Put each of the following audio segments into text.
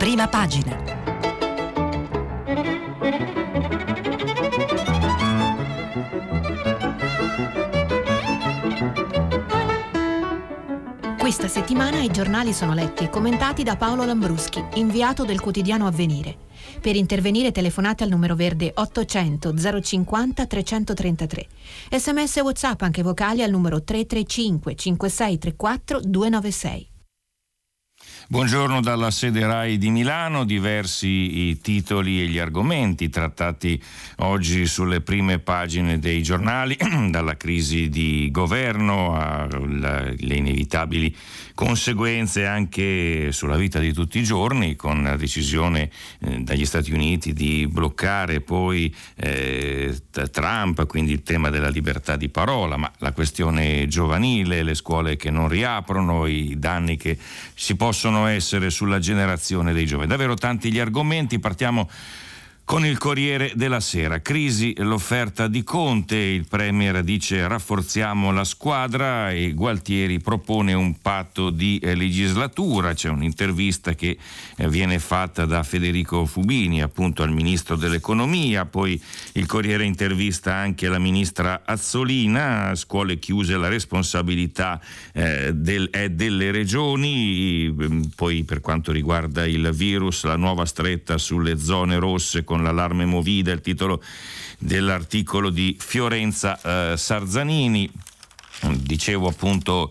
Prima pagina. Questa settimana i giornali sono letti e commentati da Paolo Lambruschi, inviato del quotidiano Avvenire. Per intervenire telefonate al numero verde 800 050 333. SMS e WhatsApp anche vocali al numero 335 5634 296. Buongiorno dalla sede RAI di Milano, diversi i titoli e gli argomenti trattati oggi sulle prime pagine dei giornali, dalla crisi di governo alle inevitabili conseguenze anche sulla vita di tutti i giorni, con la decisione dagli Stati Uniti di bloccare poi Trump, quindi il tema della libertà di parola, ma la questione giovanile, le scuole che non riaprono, i danni che si possono essere sulla generazione dei giovani. Davvero tanti gli argomenti. Partiamo con il Corriere della Sera. Crisi l'offerta di Conte, il Premier dice rafforziamo la squadra e Gualtieri propone un patto di legislatura. C'è un'intervista che viene fatta da Federico Fubini appunto al Ministro dell'Economia, poi il Corriere intervista anche la Ministra Azzolina, scuole chiuse la responsabilità è delle regioni, poi per quanto riguarda il virus la nuova stretta sulle zone rosse con l'allarme Movida, il titolo dell'articolo di Fiorenza Sarzanini. Dicevo appunto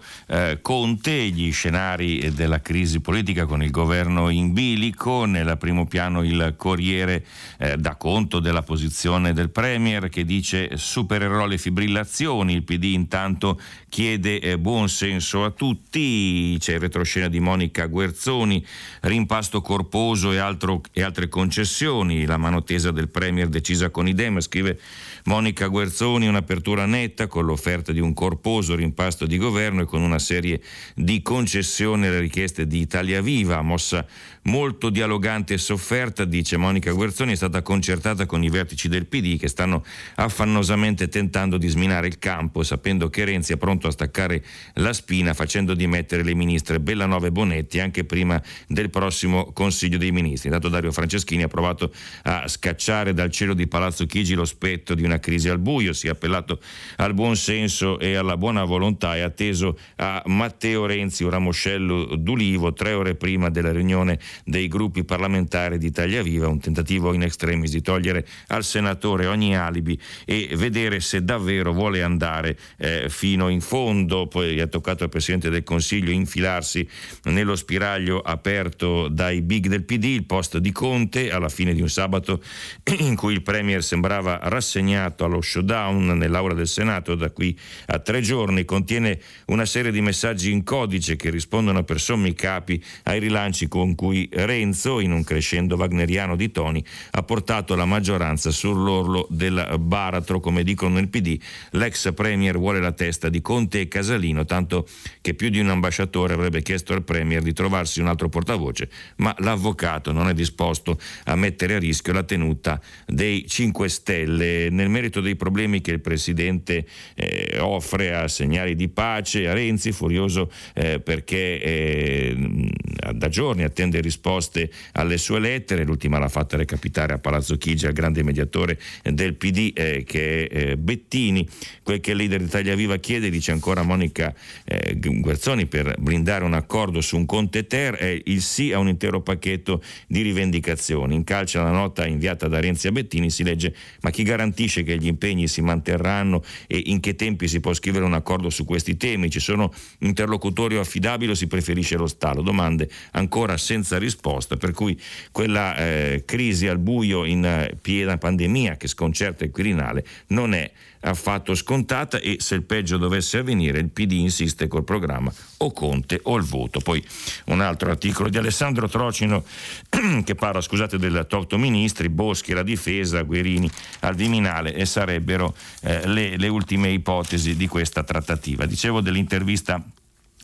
Conte, gli scenari della crisi politica con il governo in bilico. Nel primo piano il Corriere dà conto della posizione del Premier che dice supererò le fibrillazioni, il PD intanto chiede buon senso a tutti. C'è il retroscena di Monica Guerzoni, rimpasto corposo e altre concessioni, la mano tesa del Premier decisa con idem, scrive Monica Guerzoni, un'apertura netta con l'offerta di un corposo rimpasto di governo e con una serie di concessioni alle richieste di Italia Viva, mossa molto dialogante e sofferta, dice Monica Guerzoni, è stata concertata con i vertici del PD che stanno affannosamente tentando di sminare il campo, sapendo che Renzi è pronto a staccare la spina facendo dimettere le ministre Bellanova e Bonetti anche prima del prossimo Consiglio dei Ministri. Intanto Dario Franceschini ha provato a scacciare dal cielo di Palazzo Chigi lo spettro di una crisi al buio, si è appellato al buon senso e alla buona volontà e atteso a Matteo Renzi, un ramoscello d'ulivo 3 ore prima della riunione dei gruppi parlamentari di Italia Viva, un tentativo in extremis di togliere al senatore ogni alibi e vedere se davvero vuole andare fino in fondo. Poi è toccato al Presidente del Consiglio infilarsi nello spiraglio aperto dai big del PD, il post di Conte alla fine di un sabato in cui il Premier sembrava rassegnato allo showdown nell'aula del Senato da qui a 3 giorni, contiene una serie di messaggi in codice che rispondono per sommi capi ai rilanci con cui Renzo, in un crescendo wagneriano di toni, ha portato la maggioranza sull'orlo del baratro. Come dicono nel PD, l'ex Premier vuole la testa di Conte e Casalino, tanto che più di un ambasciatore avrebbe chiesto al Premier di trovarsi un altro portavoce, ma l'avvocato non è disposto a mettere a rischio la tenuta dei 5 Stelle. Nel merito dei problemi che il Presidente offre a segnali di pace, a Renzi furioso perché da giorni attende risposte alle sue lettere, l'ultima l'ha fatta recapitare a Palazzo Chigi al grande mediatore del PD che è Bettini. Quel che il leader di Italia Viva chiede, dice ancora Monica Guerzoni, per blindare un accordo su un Conte Ter è il sì a un intero pacchetto di rivendicazioni. In calce la nota inviata da Renzi a Bettini si legge: ma chi garantisce che gli impegni si manterranno e in che tempi si può scrivere un accordo su questi temi? Ci sono interlocutori affidabili o si preferisce lo stallo? Domande ancora senza risposta, per cui quella crisi al buio in piena pandemia che sconcerta il Quirinale non è affatto scontata e se il peggio dovesse avvenire il PD insiste col programma o Conte o il voto. Poi un altro articolo di Alessandro Trocino che parla, del torto ministri, Boschi la difesa, Guerini al Viminale e sarebbero le ultime ipotesi di questa trattativa. Dicevo dell'intervista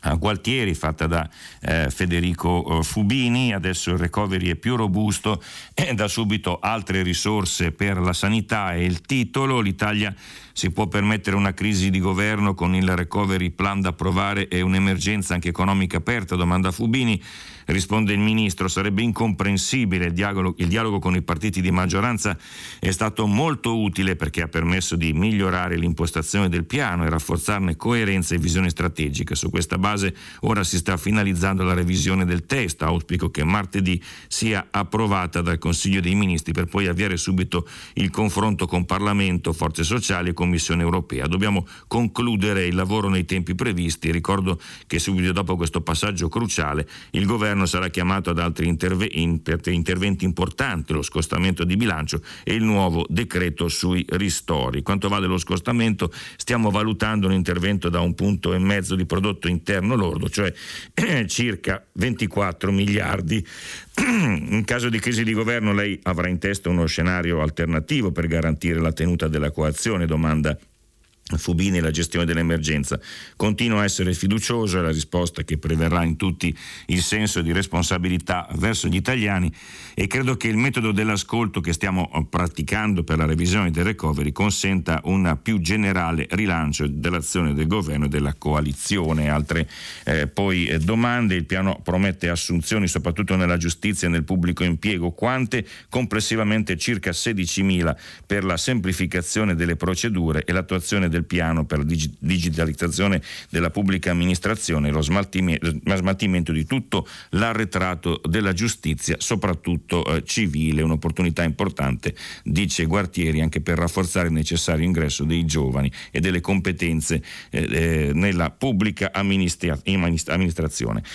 a Gualtieri, fatta da Federico Fubini. Adesso il recovery è più robusto e da subito altre risorse per la sanità. E il titolo: l'Italia si può permettere una crisi di governo con il recovery plan da approvare e un'emergenza anche economica aperta? Domanda Fubini. Risponde il ministro: sarebbe incomprensibile, il dialogo con i partiti di maggioranza è stato molto utile perché ha permesso di migliorare l'impostazione del piano e rafforzarne coerenza e visione strategica. Su questa base ora si sta finalizzando la revisione del testo. Auspico che martedì sia approvata dal Consiglio dei Ministri per poi avviare subito il confronto con Parlamento, forze sociali e Commissione europea. Dobbiamo concludere il lavoro nei tempi previsti. Ricordo che subito dopo questo passaggio cruciale il governo sarà chiamato ad altri interventi importanti, lo scostamento di bilancio e il nuovo decreto sui ristori. Quanto vale lo scostamento? Stiamo valutando un intervento da 1,5 punti di prodotto interno lordo, cioè circa 24 miliardi. In caso di crisi di governo lei avrà in testa uno scenario alternativo per garantire la tenuta della coalizione? Domanda Fubini. La gestione dell'emergenza. Continua a essere fiducioso, è la risposta che preverrà in tutti il senso di responsabilità verso gli italiani, e credo che il metodo dell'ascolto che stiamo praticando per la revisione del recovery consenta un più generale rilancio dell'azione del governo e della coalizione. Altre domande: il piano promette assunzioni soprattutto nella giustizia e nel pubblico impiego. Quante? Complessivamente circa 16.000 per la semplificazione delle procedure e l'attuazione del piano per la digitalizzazione della pubblica amministrazione e lo smaltimento di tutto l'arretrato della giustizia, soprattutto civile. Un'opportunità importante, dice Gualtieri, anche per rafforzare il necessario ingresso dei giovani e delle competenze nella pubblica amministrazione.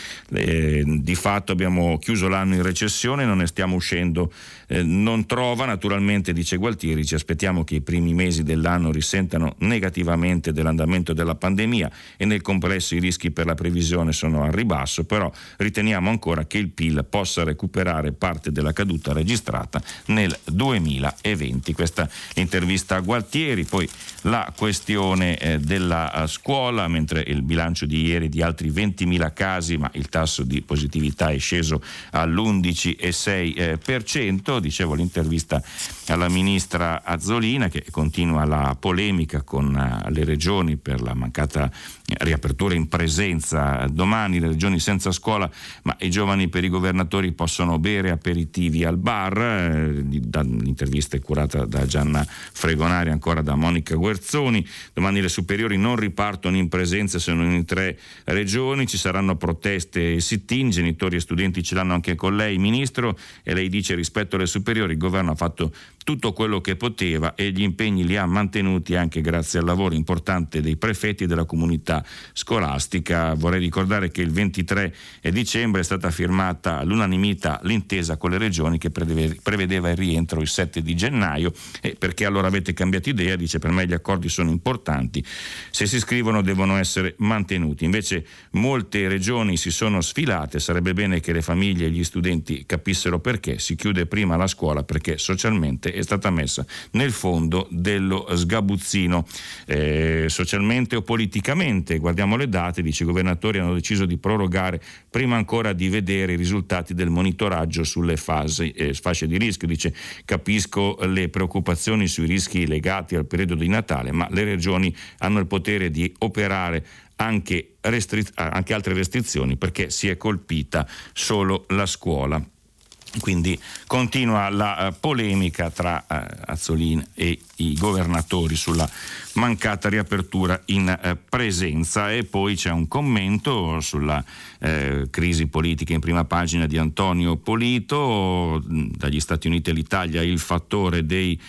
Di fatto abbiamo chiuso l'anno in recessione, non ne stiamo uscendo. Non trova, naturalmente, dice Gualtieri, ci aspettiamo che i primi mesi dell'anno risentano negativamente dell'andamento della pandemia e nel complesso i rischi per la previsione sono al ribasso, però riteniamo ancora che il PIL possa recuperare parte della caduta registrata nel 2020. Questa intervista a Gualtieri. Poi la questione della scuola, mentre il bilancio di ieri di altri 20.000 casi, ma il tasso di positività è sceso all'11,6%. Dicevo, l'intervista alla ministra Azzolina, che continua la polemica con le regioni per la mancata riapertura in presenza. Domani le regioni senza scuola, ma i giovani per i governatori possono bere aperitivi al bar. L'intervista è curata da Gianna Fregonari, ancora da Monica Guerzoni. Domani le superiori non ripartono in presenza se non in 3 regioni. Ci saranno proteste e sit-in. Genitori e studenti ce l'hanno anche con lei, Ministro, e lei dice: rispetto alle superiori il governo ha fatto tutto quello che poteva e gli impegni li ha mantenuti anche grazie al lavoro importante dei prefetti e della comunità scolastica. Vorrei ricordare che il 23 dicembre è stata firmata all'unanimità l'intesa con le regioni che prevedeva il rientro il 7 di gennaio. Perché allora avete cambiato idea? Dice: per me gli accordi sono importanti, se si scrivono devono essere mantenuti. Invece molte regioni si sono sfilate. Sarebbe bene che le famiglie e gli studenti capissero perché si chiude prima la scuola, perché socialmente è stata messa nel fondo dello sgabuzzino. Socialmente o politicamente, guardiamo le date, dice: i governatori hanno deciso di prorogare prima ancora di vedere i risultati del monitoraggio sulle fasce di rischio. Dice: capisco le preoccupazioni sui rischi legati al periodo di Natale, ma le regioni hanno il potere di operare anche altre restrizioni perché si è colpita solo la scuola. Quindi continua la polemica tra Azzolina e i governatori sulla mancata riapertura in presenza. E poi c'è un commento sulla crisi politica in prima pagina di Antonio Polito. Dagli Stati Uniti all'Italia il fattore dei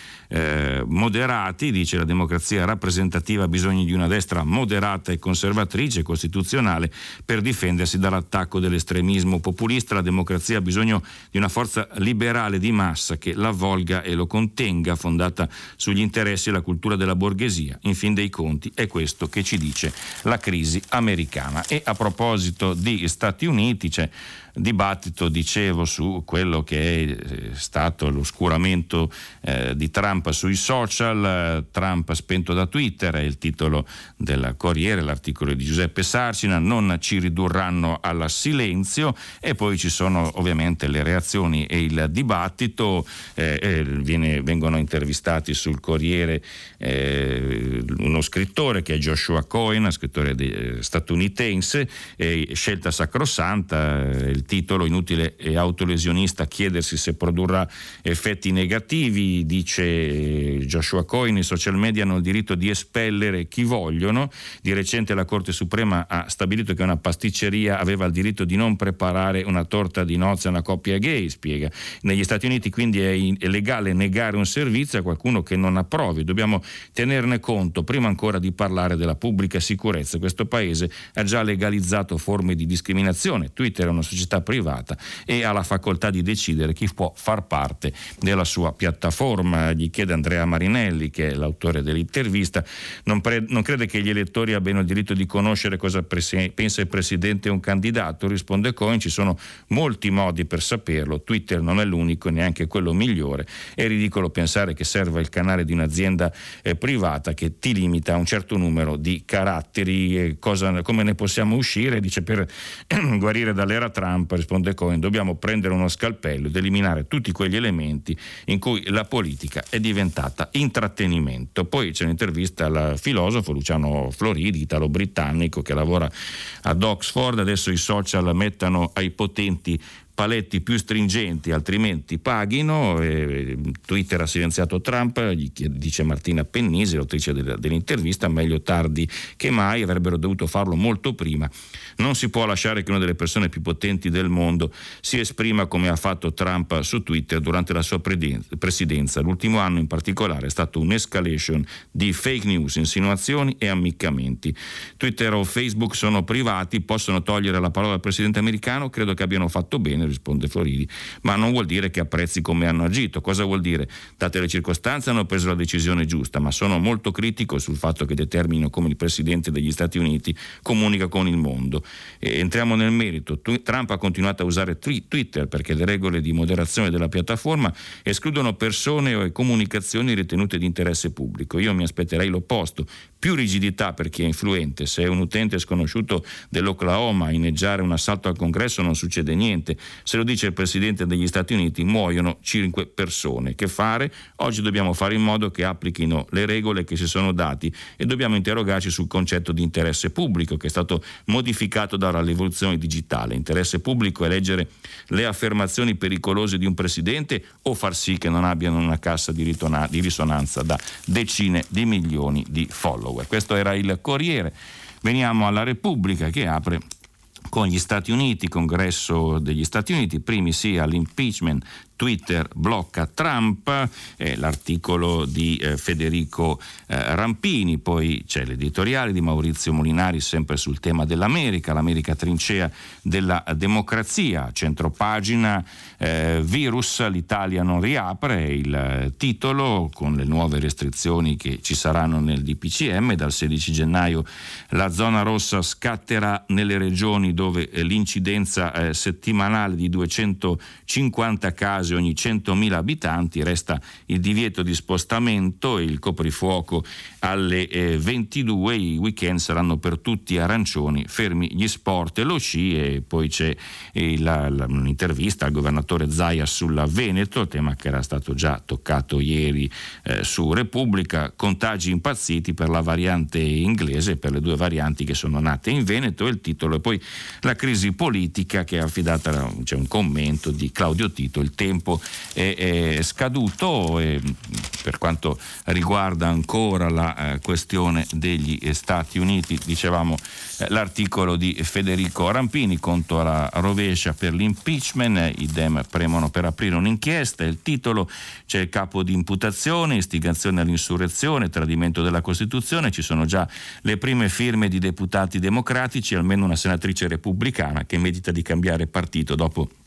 moderati, dice: la democrazia rappresentativa ha bisogno di una destra moderata e conservatrice costituzionale per difendersi dall'attacco dell'estremismo populista. La democrazia ha bisogno di una forza liberale di massa che l'avvolga e lo contenga, fondata sugli interessi e la cultura della borghesia. In fin dei conti è questo che ci dice la crisi americana. E a proposito di Stati Uniti c'è dibattito, dicevo, su quello che è stato l'oscuramento di Trump sui social. Trump spento da Twitter è il titolo del Corriere, l'articolo di Giuseppe Sarcina. Non ci ridurranno al silenzio. E poi ci sono ovviamente le reazioni e il dibattito. Vengono intervistati sul Corriere uno scrittore che è Joshua Cohen, scrittore statunitense, scelta sacrosanta, il titolo inutile e autolesionista chiedersi se produrrà effetti negativi. Dice Joshua Cohen: i social media hanno il diritto di espellere chi vogliono. Di recente la Corte Suprema ha stabilito che una pasticceria aveva il diritto di non preparare una torta di nozze a una coppia gay, spiega. Negli Stati Uniti quindi è legale negare un servizio a qualcuno che non approvi. Dobbiamo tenerne conto prima ancora di parlare della pubblica sicurezza. Questo paese ha già legalizzato forme di discriminazione. Twitter è una società privata e ha la facoltà di decidere chi può far parte della sua piattaforma. Gli chiede Andrea Marinelli, che è l'autore dell'intervista: non crede che gli elettori abbiano il diritto di conoscere cosa pensa il presidente o un candidato? Risponde Cohen: ci sono molti modi per saperlo, Twitter non è l'unico, neanche quello migliore. È ridicolo pensare che serva il canale di un'azienda privata che ti limita a un certo numero di caratteri. Come ne possiamo uscire? Dice: per guarire dall'era Trump, risponde Cohen, dobbiamo prendere uno scalpello ed eliminare tutti quegli elementi in cui la politica è diventata intrattenimento. Poi c'è un'intervista al filosofo Luciano Floridi, italo-britannico, che lavora ad Oxford. Adesso i social mettano ai potenti paletti più stringenti, altrimenti paghino. Twitter ha silenziato Trump, gli dice Martina Pennisi, l'autrice dell'intervista: meglio tardi che mai, avrebbero dovuto farlo molto prima. Non si può lasciare che una delle persone più potenti del mondo si esprima come ha fatto Trump su Twitter durante la sua presidenza. L'ultimo anno in particolare è stato un'escalation di fake news, insinuazioni e ammiccamenti. Twitter o Facebook sono privati, possono togliere la parola al presidente americano, credo che abbiano fatto bene, risponde Floridi, ma non vuol dire che apprezzi come hanno agito. Cosa vuol dire? Date le circostanze hanno preso la decisione giusta, ma sono molto critico sul fatto che determinino come il presidente degli Stati Uniti comunica con il mondo. Entriamo nel merito. Trump ha continuato a usare Twitter perché le regole di moderazione della piattaforma escludono persone o comunicazioni ritenute di interesse pubblico. Io mi aspetterei l'opposto: più rigidità per chi è influente. Se un utente sconosciuto dell'Oklahoma a inneggiare un assalto al Congresso non succede niente. Se lo dice il presidente degli Stati Uniti muoiono 5 persone. Che fare? Oggi dobbiamo fare in modo che applichino le regole che si sono dati e dobbiamo interrogarci sul concetto di interesse pubblico, che è stato modificato dalla rivoluzione digitale. Interesse pubblico è leggere le affermazioni pericolose di un presidente o far sì che non abbiano una cassa di risonanza da decine di milioni di follower. Questo era il Corriere. Veniamo alla Repubblica, che apre con gli Stati Uniti, Congresso degli Stati Uniti, primi sì all'impeachment, Twitter blocca Trump, l'articolo di Federico Rampini. Poi c'è l'editoriale di Maurizio Molinari sempre sul tema dell'America, l'America trincea della democrazia, centropagina, virus, l'Italia non riapre, il titolo, con le nuove restrizioni che ci saranno nel DPCM. Dal 16 gennaio la zona rossa scatterà nelle regioni dove l'incidenza settimanale di 250 casi ogni 100.000 abitanti, resta il divieto di spostamento e il coprifuoco alle 22, i weekend saranno per tutti arancioni, fermi gli sport e lo sci. E poi c'è un'intervista al governatore Zaia sulla Veneto, tema che era stato già toccato ieri su Repubblica: contagi impazziti per la variante inglese, per le due varianti che sono nate in Veneto. E il titolo è poi la crisi politica, che è affidata, c'è un commento di Claudio Tito: il tempo è scaduto. E per quanto riguarda ancora la questione degli Stati Uniti, dicevamo l'articolo di Federico Rampini, conto alla rovescia per l'impeachment, i Dem premono per aprire un'inchiesta. Il titolo: c'è il capo di imputazione, istigazione all'insurrezione, tradimento della Costituzione. Ci sono già le prime firme di deputati democratici, almeno una senatrice repubblicana che medita di cambiare partito dopo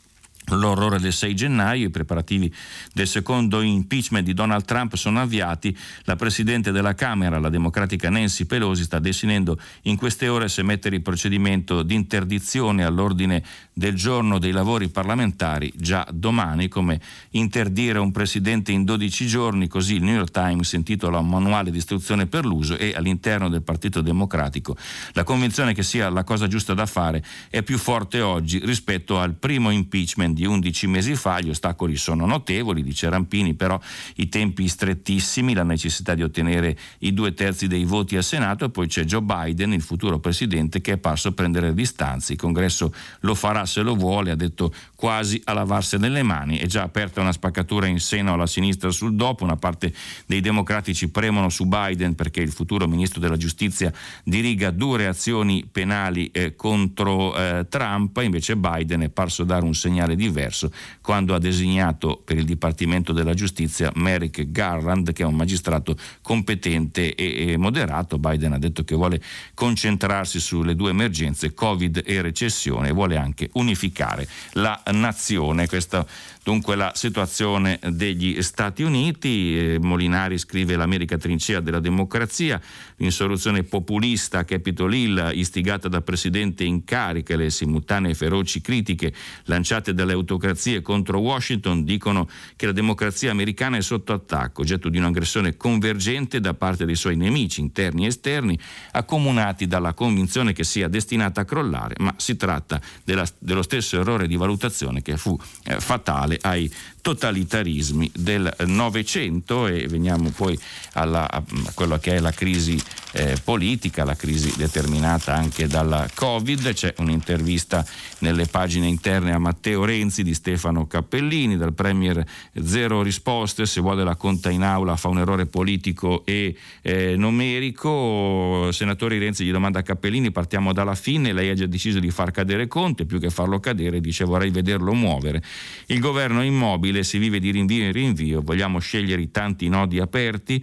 l'orrore del 6 gennaio, i preparativi del secondo impeachment di Donald Trump sono avviati. La Presidente della Camera, la democratica Nancy Pelosi, sta decidendo in queste ore se mettere il procedimento di interdizione all'ordine del giorno dei lavori parlamentari già domani, come interdire un presidente in 12 giorni, così il New York Times intitola un manuale di istruzione per l'uso, e all'interno del Partito Democratico la convinzione che sia la cosa giusta da fare è più forte oggi rispetto al primo impeachment di 11 mesi fa. Gli ostacoli sono notevoli, dice Rampini, però i tempi strettissimi, la necessità di ottenere i 2/3 dei voti al Senato, e poi c'è Joe Biden, il futuro presidente, che è parso a prendere le distanze. Il Congresso lo farà se lo vuole, ha detto, quasi a lavarsene le mani. È già aperta una spaccatura in seno alla sinistra sul dopo. Una parte dei democratici premono su Biden perché il futuro ministro della giustizia diriga dure azioni penali contro Trump. Invece Biden è parso dare un segnale diverso quando ha designato per il Dipartimento della Giustizia Merrick Garland, che è un magistrato competente e moderato. Biden ha detto che vuole concentrarsi sulle due emergenze, Covid e recessione, e vuole anche unificare la nazione. Questa dunque la situazione degli Stati Uniti. Molinari scrive: l'America trincea della democrazia, l'insurrezione populista a Capitol Hill istigata dal presidente in carica e le simultanee feroci critiche lanciate dalle autocrazie contro Washington dicono che la democrazia americana è sotto attacco, oggetto di un'aggressione convergente da parte dei suoi nemici interni e esterni, accomunati dalla convinzione che sia destinata a crollare, ma si tratta dello stesso errore di valutazione che fu fatale ai totalitarismi del Novecento. E veniamo poi a quello che è la crisi politica, la crisi determinata anche dalla Covid. C'è un'intervista nelle pagine interne a Matteo Renzi di Stefano Cappellini. Dal Premier zero risposte, se vuole la conta in aula fa un errore politico e numerico. Senatore Renzi gli domanda a Cappellini: partiamo dalla fine, lei ha già deciso di far cadere Conte, più che farlo cadere dice vorrei vederlo muovere. Il governo è immobile, si vive di rinvio in rinvio, vogliamo sciogliere i tanti nodi aperti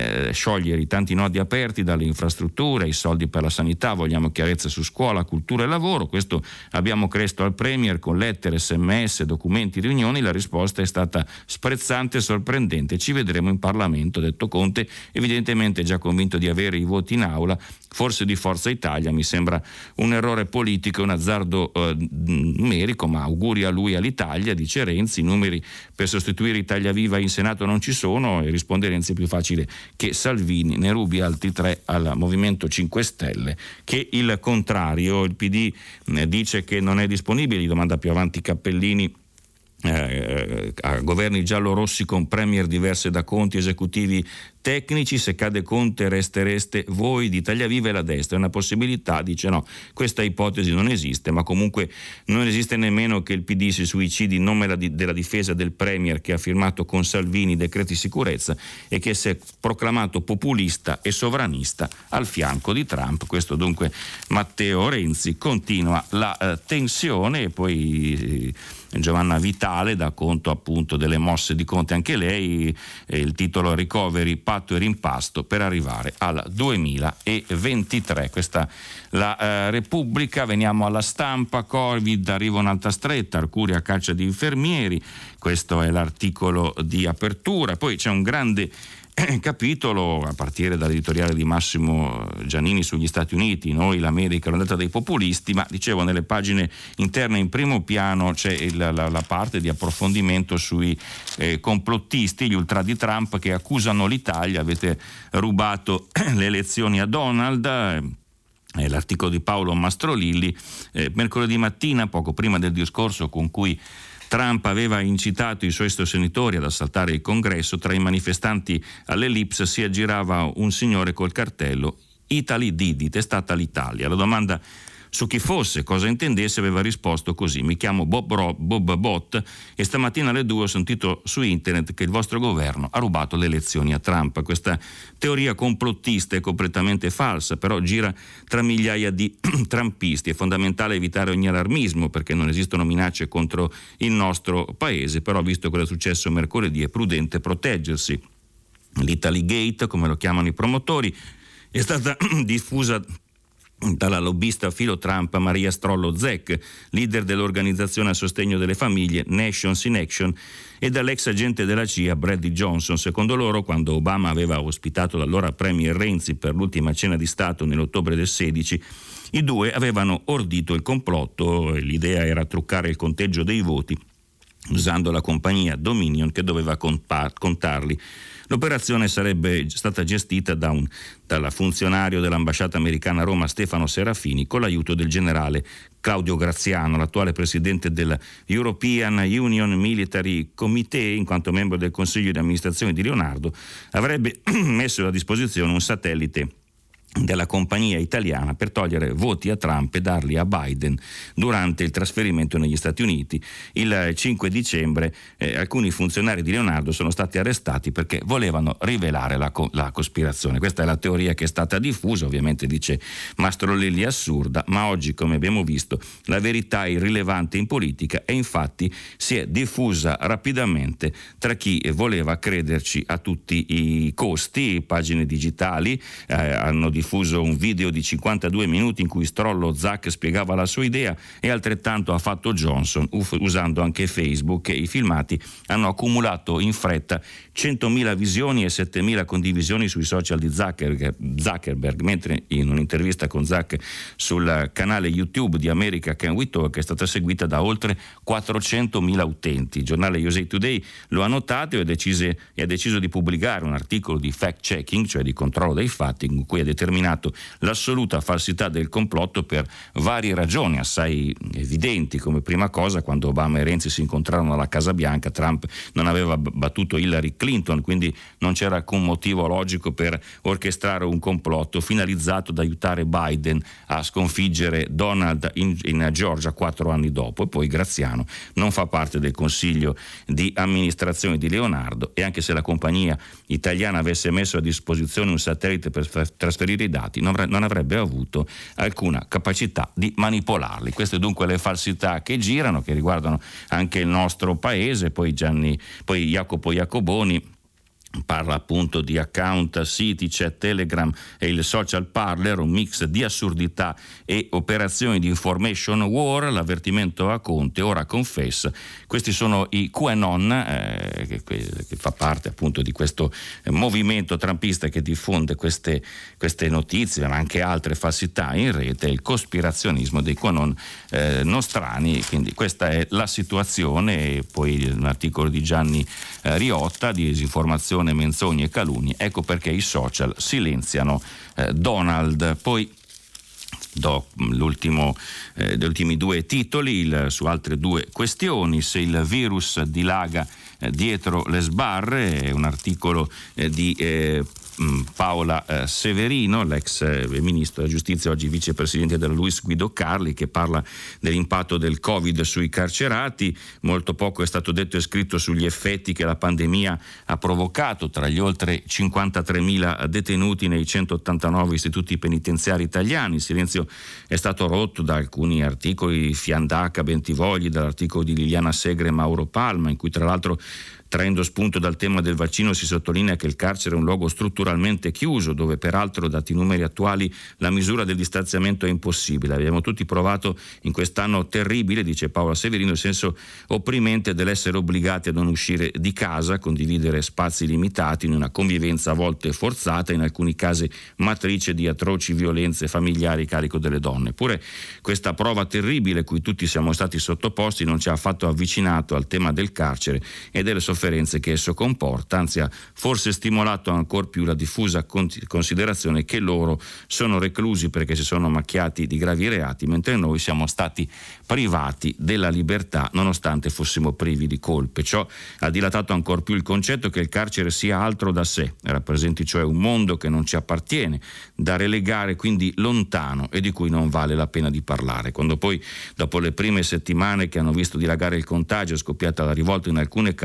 dalle infrastrutture ai soldi per la sanità, vogliamo chiarezza su scuola, cultura e lavoro. Questo abbiamo chiesto al Premier con lettere, sms, documenti, riunioni. La risposta è stata sprezzante e sorprendente: ci vedremo in Parlamento, ha detto Conte, evidentemente già convinto di avere i voti in aula, forse di Forza Italia. Mi sembra un errore politico, un azzardo numerico, ma auguri a lui e all'Italia, dice Renzi. I numeri per sostituire Italia Viva in Senato non ci sono, e risponde Renzi: è più facile che Salvini ne rubi altri 3 al Movimento 5 Stelle che il contrario. Il PD dice che non è disponibile, gli domanda più avanti Cappellini, a governi giallorossi con premier diverse da Conti, esecutivi tecnici, se cade Conte restereste voi di Italia Viva e la destra. È una possibilità? Dice no, questa ipotesi non esiste, ma comunque non esiste nemmeno che il PD si suicidi in nome della difesa del premier che ha firmato con Salvini decreti sicurezza e che si è proclamato populista e sovranista al fianco di Trump. Questo dunque Matteo Renzi. Continua la tensione, e poi Giovanna Vitale dà conto appunto delle mosse di Conte, anche lei, il titolo Recovery, patto e rimpasto per arrivare al 2023. Questa la Repubblica. Veniamo alla Stampa. Covid, arriva un'altra stretta, Arcuri a caccia di infermieri, questo è l'articolo di apertura. Poi c'è un grande capitolo a partire dall'editoriale di Massimo Giannini sugli Stati Uniti, noi l'America l'ondata dei populisti, ma dicevo nelle pagine interne in primo piano c'è la parte di approfondimento sui complottisti, gli ultra di Trump che accusano l'Italia: avete rubato le elezioni a Donald. L'articolo di Paolo Mastrolilli, mercoledì mattina, poco prima del discorso con cui Trump aveva incitato i suoi sostenitori ad assaltare il congresso, tra i manifestanti all'Ellipse si aggirava un signore col cartello Italy did it, è stata l'Italia. La domanda su chi fosse, cosa intendesse, aveva risposto così: mi chiamo Bob Bott e stamattina alle 2 ho sentito su internet che il vostro governo ha rubato le elezioni a Trump. Questa teoria complottista è completamente falsa, però gira tra migliaia di trumpisti. È fondamentale evitare ogni allarmismo perché non esistono minacce contro il nostro paese, però visto cosa è successo mercoledì è prudente proteggersi. L'Italy Gate, come lo chiamano i promotori, è stata diffusa dalla lobbista filo Trump Maria Strollo Zec, leader dell'organizzazione a sostegno delle famiglie Nations in Action, e dall'ex agente della CIA Brady Johnson. Secondo loro, quando Obama aveva ospitato l'allora premier Renzi per l'ultima cena di Stato nell'ottobre del 16, i due avevano ordito il complotto. L'idea era truccare il conteggio dei voti usando la compagnia Dominion che doveva contarli. L'operazione sarebbe stata gestita dal funzionario dell'ambasciata americana a Roma Stefano Serafini, con l'aiuto del generale Claudio Graziano, l'attuale presidente della European Union Military Committee, in quanto membro del consiglio di amministrazione di Leonardo, avrebbe messo a disposizione un satellite della compagnia italiana per togliere voti a Trump e darli a Biden durante il trasferimento negli Stati Uniti. Il 5 dicembre alcuni funzionari di Leonardo sono stati arrestati perché volevano rivelare la cospirazione. Questa è la teoria che è stata diffusa, ovviamente dice Mastro Lelli assurda, ma oggi, come abbiamo visto, la verità è irrilevante in politica e infatti si è diffusa rapidamente tra chi voleva crederci a tutti i costi. Pagine digitali hanno diffuso un video di 52 minuti in cui Strollo Zec spiegava la sua idea, e altrettanto ha fatto Johnson usando anche Facebook, e i filmati hanno accumulato in fretta 100.000 visioni e 7.000 condivisioni sui social di Zuckerberg, mentre in un'intervista con Zec sul canale YouTube di America Can We Talk è stata seguita da oltre 400.000 utenti. Il giornale USA Today lo ha notato e ha deciso di pubblicare un articolo di fact-checking, cioè di controllo dei fatti, in cui ha determinato l'assoluta falsità del complotto per varie ragioni assai evidenti. Come prima cosa, quando Obama e Renzi si incontrarono alla Casa Bianca, Trump non aveva battuto Hillary Clinton, quindi non c'era alcun motivo logico per orchestrare un complotto finalizzato ad aiutare Biden a sconfiggere Donald in Georgia 4 anni dopo. E poi Graziano non fa parte del consiglio di amministrazione di Leonardo, e anche se la compagnia italiana avesse messo a disposizione un satellite per trasferire i dati, non avrebbe avuto alcuna capacità di manipolarli. Queste dunque le falsità che girano, che riguardano anche il nostro paese. Poi Jacopo Iacoboni parla appunto di account, siti, chat, Telegram e il social parler, un mix di assurdità e operazioni di information war. L'avvertimento a Conte, ora confessa. Questi sono i QAnon, che fa parte appunto di questo movimento trumpista che diffonde queste notizie, ma anche altre falsità in rete, il cospirazionismo dei QAnon nostrani. Quindi questa è la situazione. E poi un articolo di Gianni Riotta, di disinformazione, menzogne e calunnie, ecco perché i social silenziano Donald. Poi gli ultimi due titoli su altre due questioni. Se il virus dilaga dietro le sbarre, è un articolo di Paola Severino, l'ex ministro della giustizia, oggi vicepresidente della Luis Guido Carli, che parla dell'impatto del Covid sui carcerati. Molto poco è stato detto e scritto sugli effetti che la pandemia ha provocato tra gli oltre 53.000 detenuti nei 189 istituti penitenziari italiani. Il silenzio è stato rotto da alcuni articoli di Fiandaca Bentivogli, dall'articolo di Liliana Segre e Mauro Palma, in cui tra l'altro, traendo spunto dal tema del vaccino, si sottolinea che il carcere è un luogo strutturalmente chiuso, dove peraltro, dati i numeri attuali, la misura del distanziamento è impossibile. Abbiamo tutti provato in quest'anno terribile, dice Paola Severino, il senso opprimente dell'essere obbligati a non uscire di casa, a condividere spazi limitati in una convivenza a volte forzata, in alcuni casi matrice di atroci violenze familiari a carico delle donne. Eppure questa prova terribile cui tutti siamo stati sottoposti non ci ha affatto avvicinato al tema del carcere e delle sofferenze che esso comporta, anzi ha forse stimolato ancor più la diffusa considerazione che loro sono reclusi perché si sono macchiati di gravi reati, mentre noi siamo stati privati della libertà nonostante fossimo privi di colpe. Ciò ha dilatato ancor più il concetto che il carcere sia altro da sé, rappresenti cioè un mondo che non ci appartiene, da relegare quindi lontano e di cui non vale la pena di parlare. Quando poi, dopo le prime settimane che hanno visto dilagare il contagio, è scoppiata la rivolta in alcune carceri,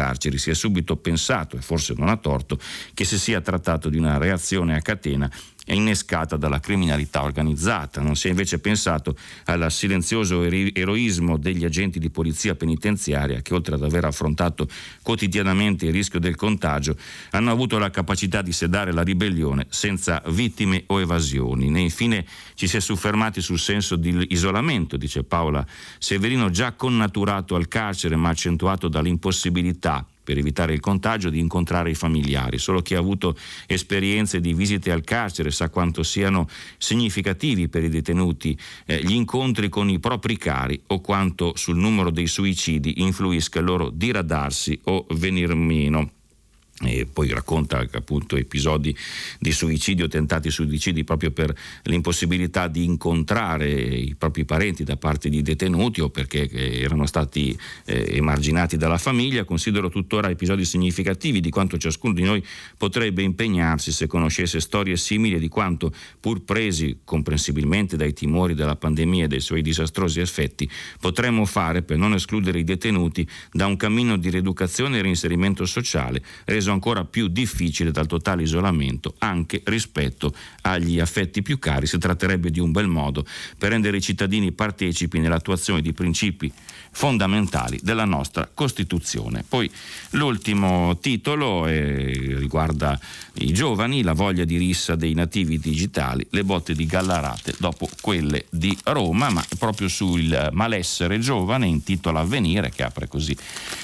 si è subito pensato, e forse non a torto, che si sia trattato di una reazione a catena innescata dalla criminalità organizzata. Non si è invece pensato al silenzioso eroismo degli agenti di polizia penitenziaria che, oltre ad aver affrontato quotidianamente il rischio del contagio, hanno avuto la capacità di sedare la ribellione senza vittime o evasioni. Né infine ci si è soffermati sul senso di isolamento, dice Paola Severino, già connaturato al carcere ma accentuato dall'impossibilità, per evitare il contagio, di incontrare i familiari. Solo chi ha avuto esperienze di visite al carcere sa quanto siano significativi per i detenuti gli incontri con i propri cari, o quanto sul numero dei suicidi influisca il loro diradarsi o venir meno. E poi racconta appunto episodi di suicidio, tentati suicidi, proprio per l'impossibilità di incontrare i propri parenti da parte di detenuti o perché erano stati emarginati dalla famiglia. Considero tuttora episodi significativi di quanto ciascuno di noi potrebbe impegnarsi se conoscesse storie simili e di quanto, pur presi comprensibilmente dai timori della pandemia e dei suoi disastrosi effetti, potremmo fare per non escludere i detenuti da un cammino di rieducazione e reinserimento sociale, reso ancora più difficile dal totale isolamento anche rispetto agli affetti più cari. Si tratterebbe di un bel modo per rendere i cittadini partecipi nell'attuazione di principi fondamentali della nostra Costituzione. Poi l'ultimo titolo riguarda i giovani, la voglia di rissa dei nativi digitali, le botte di Gallarate dopo quelle di Roma, ma proprio sul malessere giovane intitola Avvenire, che apre così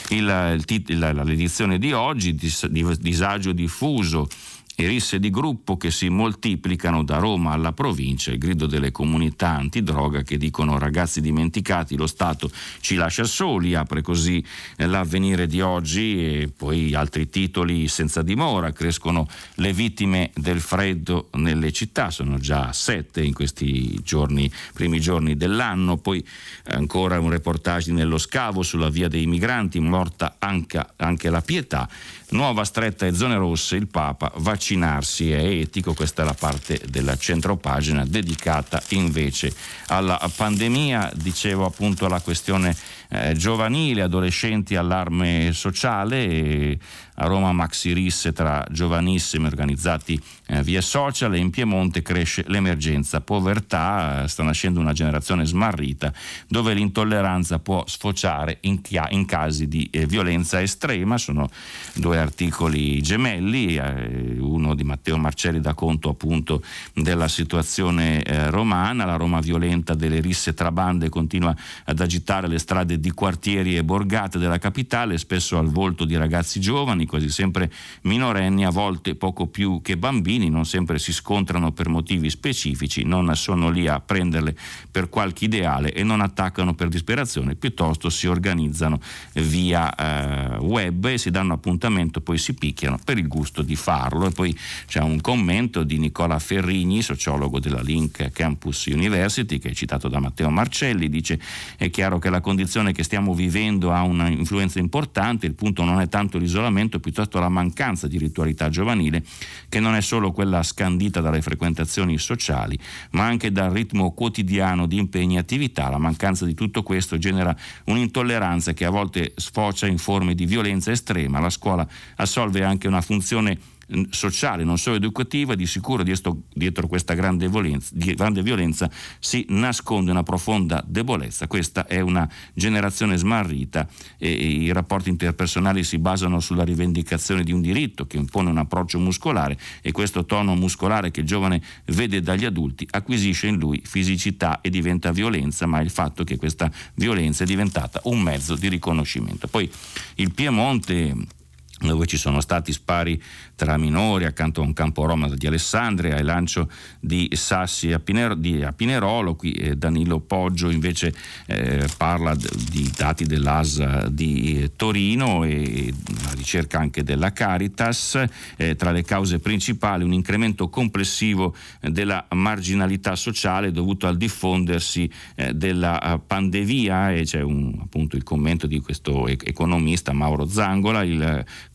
l'edizione di oggi: disagio diffuso e risse di gruppo che si moltiplicano da Roma alla provincia, il grido delle comunità antidroga che dicono: ragazzi dimenticati, lo Stato ci lascia soli, apre così l'Avvenire di oggi. E poi altri titoli: senza dimora, crescono le vittime del freddo nelle città, sono già 7 in questi giorni, primi giorni dell'anno. Poi ancora un reportage nello Scavo sulla via dei migranti, morta anche la pietà. Nuova stretta e zone rosse, il Papa, vaccinarsi è etico. Questa è la parte della centropagina dedicata invece alla pandemia. Dicevo appunto la questione giovanile, adolescenti, allarme sociale. E a Roma maxi risse tra giovanissimi organizzati via social, e in Piemonte cresce l'emergenza povertà. Sta nascendo una generazione smarrita dove l'intolleranza può sfociare in casi di violenza estrema. Sono due articoli gemelli, uno di Matteo Marcelli dà conto appunto della situazione romana. La Roma violenta delle risse tra bande continua ad agitare le strade di quartieri e borgate della capitale, spesso al volto di ragazzi giovani, quasi sempre minorenni, a volte poco più che bambini. Non sempre si scontrano per motivi specifici, non sono lì a prenderle per qualche ideale e non attaccano per disperazione, piuttosto si organizzano via web e si danno appuntamento, poi si picchiano per il gusto di farlo. E poi c'è un commento di Nicola Ferrigni, sociologo della Link Campus University, che è citato da Matteo Marcelli. Dice: è chiaro che la condizione che stiamo vivendo ha una influenza importante, il punto non è tanto l'isolamento, piuttosto la mancanza di ritualità giovanile, che non è solo quella scandita dalle frequentazioni sociali, ma anche dal ritmo quotidiano di impegni e attività. La mancanza di tutto questo genera un'intolleranza che a volte sfocia in forme di violenza estrema. La scuola assolve anche una funzione sociale, non solo educativa. Di sicuro dietro questa grande violenza si nasconde una profonda debolezza. Questa è una generazione smarrita e i rapporti interpersonali si basano sulla rivendicazione di un diritto che impone un approccio muscolare, e questo tono muscolare che il giovane vede dagli adulti acquisisce in lui fisicità e diventa violenza, ma è il fatto che questa violenza è diventata un mezzo di riconoscimento. Poi il Piemonte, dove ci sono stati spari tra minori accanto a un campo rom di Alessandria e lancio di sassi a Pinerolo. Qui Danilo Poggio invece parla di dati dell'AS di Torino e una ricerca anche della Caritas. Tra le cause principali un incremento complessivo della marginalità sociale dovuto al diffondersi della pandemia, e c'è appunto il commento di questo economista Mauro Zangola. Il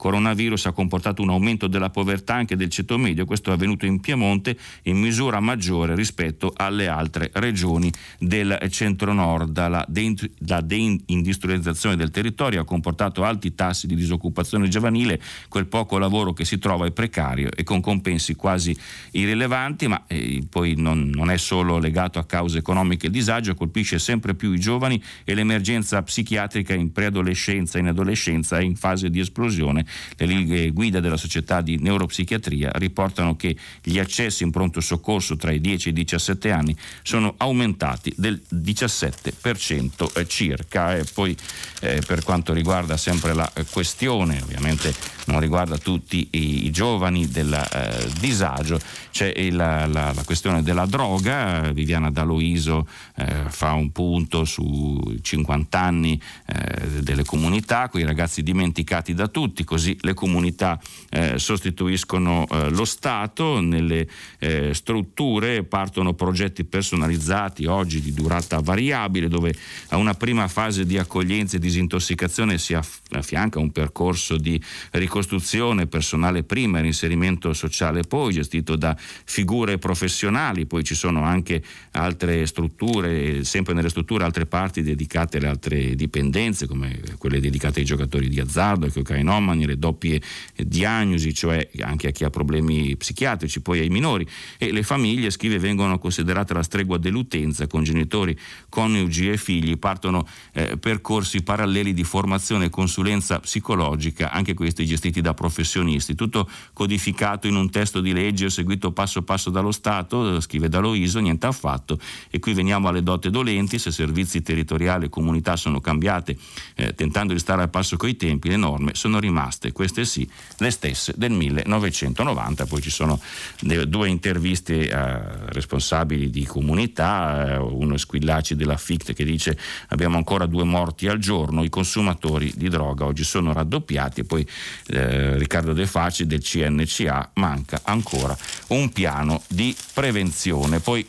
coronavirus ha comportato un aumento della povertà anche del ceto medio. Questo è avvenuto in Piemonte in misura maggiore rispetto alle altre regioni del centro-nord. La deindustrializzazione del territorio ha comportato alti tassi di disoccupazione giovanile, quel poco lavoro che si trova è precario e con compensi quasi irrilevanti, ma poi non è solo legato a cause economiche. Il disagio colpisce sempre più i giovani e l'emergenza psichiatrica in preadolescenza, in adolescenza e in fase di esplosione. Le linee guida della Società di Neuropsichiatria riportano che gli accessi in pronto soccorso tra i 10 e i 17 anni sono aumentati del 17% circa. E poi per quanto riguarda sempre la questione, ovviamente non riguarda tutti i giovani del disagio, c'è la questione della droga. Viviana D'Aloiso fa un punto su 50 anni delle comunità, quei ragazzi dimenticati da tutti, così le comunità sostituiscono lo Stato. Nelle strutture partono progetti personalizzati oggi di durata variabile, dove a una prima fase di accoglienza e disintossicazione si affianca un percorso di ricostruzione personale prima e l'inserimento sociale poi, gestito da figure professionali. Poi ci sono anche altre strutture, sempre nelle strutture altre parti dedicate alle altre dipendenze, come quelle dedicate ai giocatori di azzardo, ai cocainomani, le doppie diagnosi, cioè anche a chi ha problemi psichiatrici, poi ai minori. E le famiglie, scrive, vengono considerate la stregua dell'utenza, con genitori, coniugi e figli. Partono percorsi paralleli di formazione e consulenza psicologica, anche questi gestiti da professionisti, tutto codificato in un testo di legge seguito passo passo dallo Stato, scrive D'Aloiso. Niente affatto. E qui veniamo alle doti dolenti. Se servizi territoriali e comunità sono cambiate tentando di stare al passo coi tempi, le norme sono rimaste, queste sì, le stesse del 1990. Poi ci sono due interviste a responsabili di comunità, uno Squillaci della FICT che dice: abbiamo ancora 2 morti al giorno, i consumatori di droga oggi sono raddoppiati. E poi Riccardo De Faci del CNCA: manca ancora un piano di prevenzione. Poi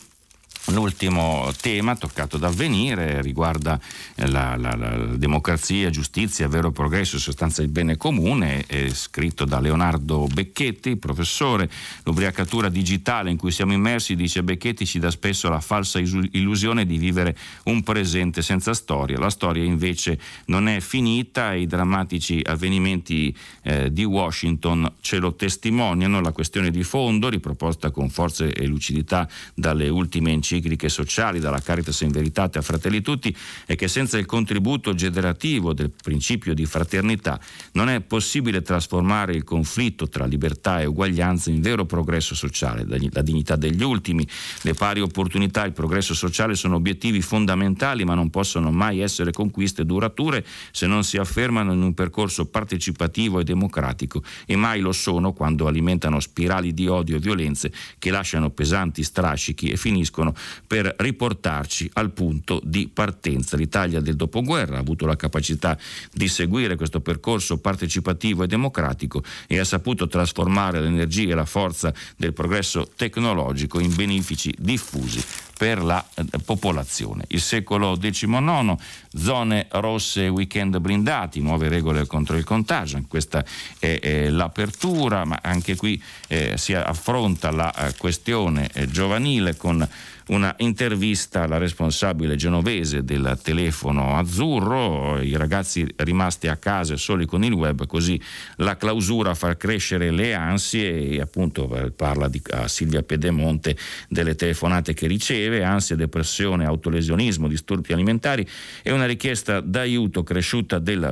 l'ultimo tema toccato da Avvenire riguarda la democrazia, giustizia, vero progresso, sostanza il bene comune, è scritto da Leonardo Becchetti, professore. L'ubriacatura digitale in cui siamo immersi, dice Becchetti, ci dà spesso la falsa illusione di vivere un presente senza storia. La storia invece non è finita e i drammatici avvenimenti di Washington ce lo testimoniano. La questione di fondo, riproposta con forza e lucidità dalle ultime encicliche sociali, dalla Caritas in Veritate a Fratelli Tutti, è che senza il contributo generativo del principio di fraternità non è possibile trasformare il conflitto tra libertà e uguaglianza in vero progresso sociale. La dignità degli ultimi, le pari opportunità, il progresso sociale sono obiettivi fondamentali, ma non possono mai essere conquiste durature se non si affermano in un percorso partecipativo e democratico, e mai lo sono quando alimentano spirali di odio e violenze che lasciano pesanti strascichi e finiscono per riportarci al punto di partenza. L'Italia del dopoguerra ha avuto la capacità di seguire questo percorso partecipativo e democratico e ha saputo trasformare l'energia e la forza del progresso tecnologico in benefici diffusi per la popolazione. Il secolo XIX, zone rosse, weekend blindati, nuove regole contro il contagio. Questa è l'apertura, ma anche qui si affronta la questione giovanile con una intervista alla responsabile genovese del telefono azzurro. I ragazzi rimasti a casa soli con il web, così la clausura fa crescere le ansie, e appunto parla a Silvia Pedemonte delle telefonate che riceve: ansia, depressione, autolesionismo, disturbi alimentari e una richiesta d'aiuto cresciuta del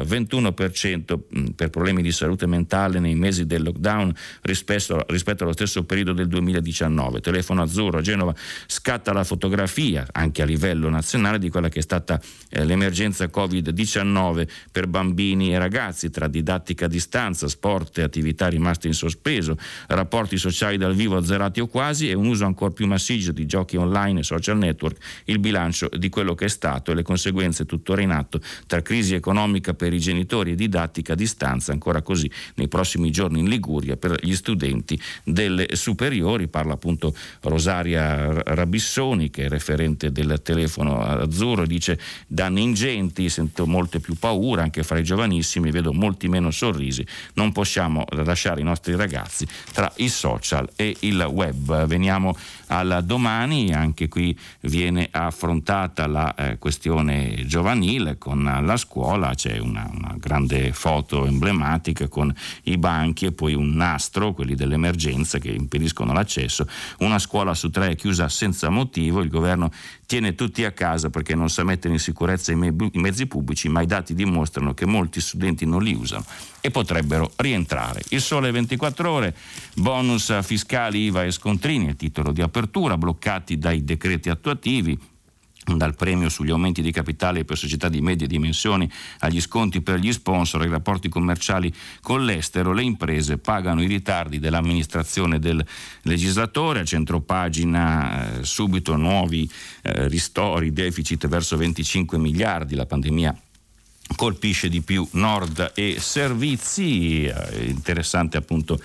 21% per problemi di salute mentale nei mesi del lockdown rispetto allo stesso periodo del 2019. Telefono azzurro a Genova scatta la fotografia anche a livello nazionale di quella che è stata l'emergenza Covid-19 per bambini e ragazzi, tra didattica a distanza, sport e attività rimaste in sospeso, rapporti sociali dal vivo azzerati o quasi e un uso ancora più massiccio di giochi online e social network. Il bilancio di quello che è stato e le conseguenze tuttora in atto tra crisi economica per i genitori e didattica a distanza, ancora così nei prossimi giorni in Liguria per gli studenti delle superiori. Parla appunto Rosaria Rabissoni Lissoni, che è referente del telefono azzurro, dice: danni ingenti, sento molte più paura anche fra i giovanissimi, vedo molti meno sorrisi, non possiamo lasciare i nostri ragazzi tra i social e il web. Veniamo al Domani, anche qui viene affrontata la questione giovanile con la scuola, c'è una grande foto emblematica con i banchi e poi un nastro, quelli dell'emergenza, che impediscono l'accesso. Una scuola su 3 è chiusa senza motivo, il governo tiene tutti a casa perché non sa mettere in sicurezza i mezzi pubblici, ma i dati dimostrano che molti studenti non li usano e potrebbero rientrare. Il Sole 24 Ore, bonus fiscali, IVA e scontrini, il titolo di apertura, bloccati dai decreti attuativi. Dal premio sugli aumenti di capitale per società di medie dimensioni agli sconti per gli sponsor, ai rapporti commerciali con l'estero, le imprese pagano i ritardi dell'amministrazione del legislatore. A centropagina subito nuovi ristori, deficit verso 25 miliardi, la pandemia colpisce di più nord e servizi. Interessante appunto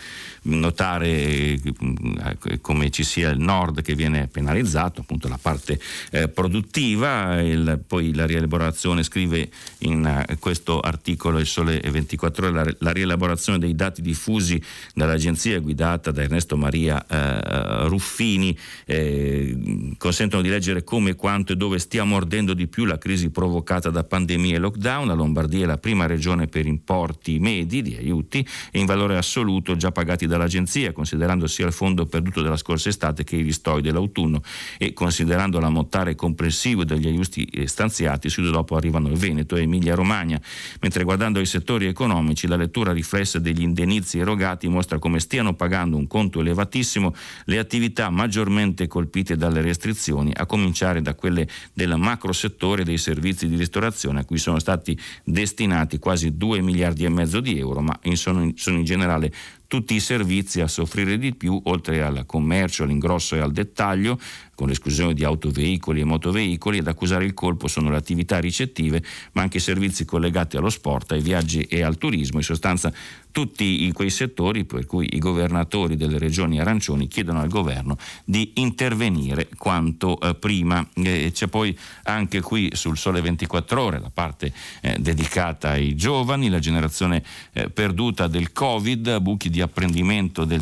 notare come ci sia il nord che viene penalizzato, appunto la parte produttiva. Poi la rielaborazione, scrive in questo articolo il Sole 24 Ore, la rielaborazione dei dati diffusi dall'agenzia guidata da Ernesto Maria Ruffini consentono di leggere come, quanto e dove stia mordendo di più la crisi provocata da pandemia e lockdown. La Lombardia è la prima regione per importi medi di aiuti e in valore assoluto già pagati dall'agenzia, considerando sia il fondo perduto della scorsa estate che i ristori dell'autunno e considerando l'ammontare complessivo degli aiuti stanziati. Subito dopo arrivano il Veneto e Emilia Romagna, mentre guardando i settori economici la lettura riflessa degli indennizi erogati mostra come stiano pagando un conto elevatissimo le attività maggiormente colpite dalle restrizioni, a cominciare da quelle del macro settore dei servizi di ristorazione, a cui sono stati destinati quasi 2 miliardi e mezzo di euro, ma sono in generale tutti i servizi a soffrire di più, oltre al commercio, all'ingrosso e al dettaglio, con l'esclusione di autoveicoli e motoveicoli. Ad accusare il colpo sono le attività ricettive, ma anche i servizi collegati allo sport, ai viaggi e al turismo. In sostanza tutti quei settori per cui i governatori delle regioni arancioni chiedono al governo di intervenire quanto prima. C'è poi anche qui sul Sole 24 Ore la parte dedicata ai giovani, la generazione perduta del Covid, buchi di apprendimento del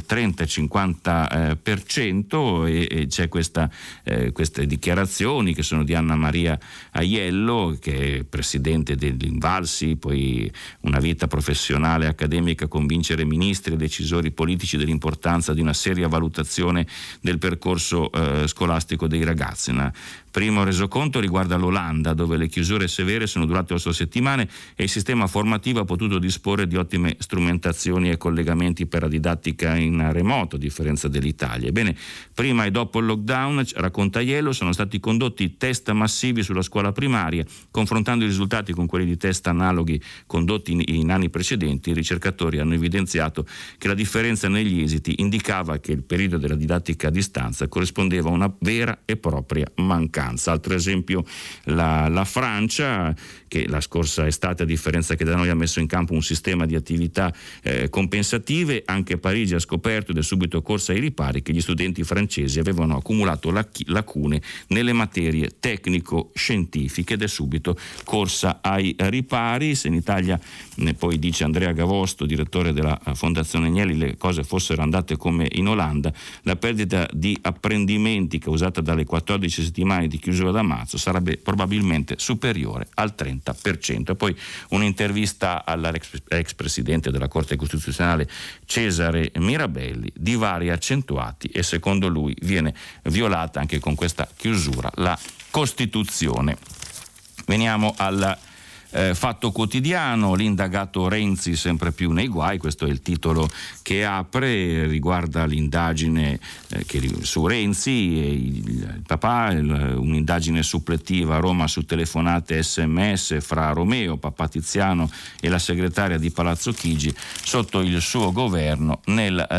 30-50%, e c'è queste dichiarazioni che sono di Anna Maria Aiello, che è presidente dell'Invalsi, poi una vita professionale accademica a convincere ministri e decisori politici dell'importanza di una seria valutazione del percorso scolastico dei ragazzi. Primo resoconto riguarda l'Olanda, dove le chiusure severe sono durate 8 settimane e il sistema formativo ha potuto disporre di ottime strumentazioni e collegamenti per la didattica in remoto, a differenza dell'Italia. Ebbene, prima e dopo il lockdown, racconta Aiello, sono stati condotti test massivi sulla scuola primaria. Confrontando i risultati con quelli di test analoghi condotti in anni precedenti, i ricercatori hanno evidenziato che la differenza negli esiti indicava che il periodo della didattica a distanza corrispondeva a una vera e propria mancanza. Altro esempio, la Francia, che la scorsa estate, a differenza che da noi, ha messo in campo un sistema di attività compensative. Anche Parigi ha scoperto ed è subito corsa ai ripari che gli studenti francesi avevano accumulato lacune nelle materie tecnico-scientifiche ed è subito corsa ai ripari. Se in Italia, poi dice Andrea Gavosto, direttore della Fondazione Agnelli, le cose fossero andate come in Olanda, la perdita di apprendimenti causata dalle 14 settimane di chiusura da marzo sarebbe probabilmente superiore al 30%. E poi un'intervista all'ex presidente della Corte Costituzionale Cesare Mirabelli, divari accentuati, e secondo lui viene violata anche con questa chiusura la Costituzione. Veniamo al Fatto Quotidiano, l'indagato Renzi sempre più nei guai, questo è il titolo che apre, riguarda l'indagine su Renzi, il papà, un'indagine suppletiva a Roma su telefonate SMS fra Romeo, papà Tiziano, e la segretaria di Palazzo Chigi sotto il suo governo nel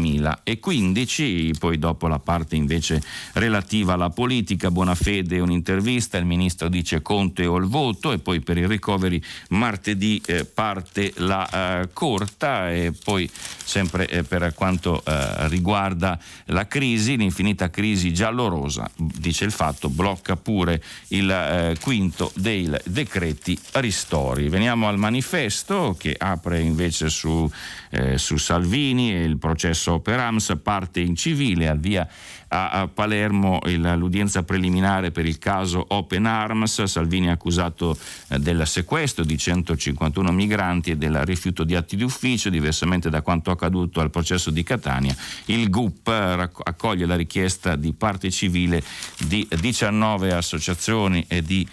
2015. Poi dopo la parte invece relativa alla politica, Bonafede, un'intervista, il ministro dice Conte o il voto, e poi per il recovery martedì parte la corta. E poi sempre per quanto riguarda la crisi, l'infinita crisi giallorosa, dice il Fatto, blocca pure il quinto dei decreti ristori. Veniamo al Manifesto, che apre invece su Salvini e il processo Open Arms. Parte in civile, al via a Palermo l'udienza preliminare per il caso Open Arms. Salvini è accusato del sequestro di 151 migranti e del rifiuto di atti di ufficio. Diversamente da quanto accaduto al processo di Catania, il GUP accoglie la richiesta di parte civile di 19 associazioni e di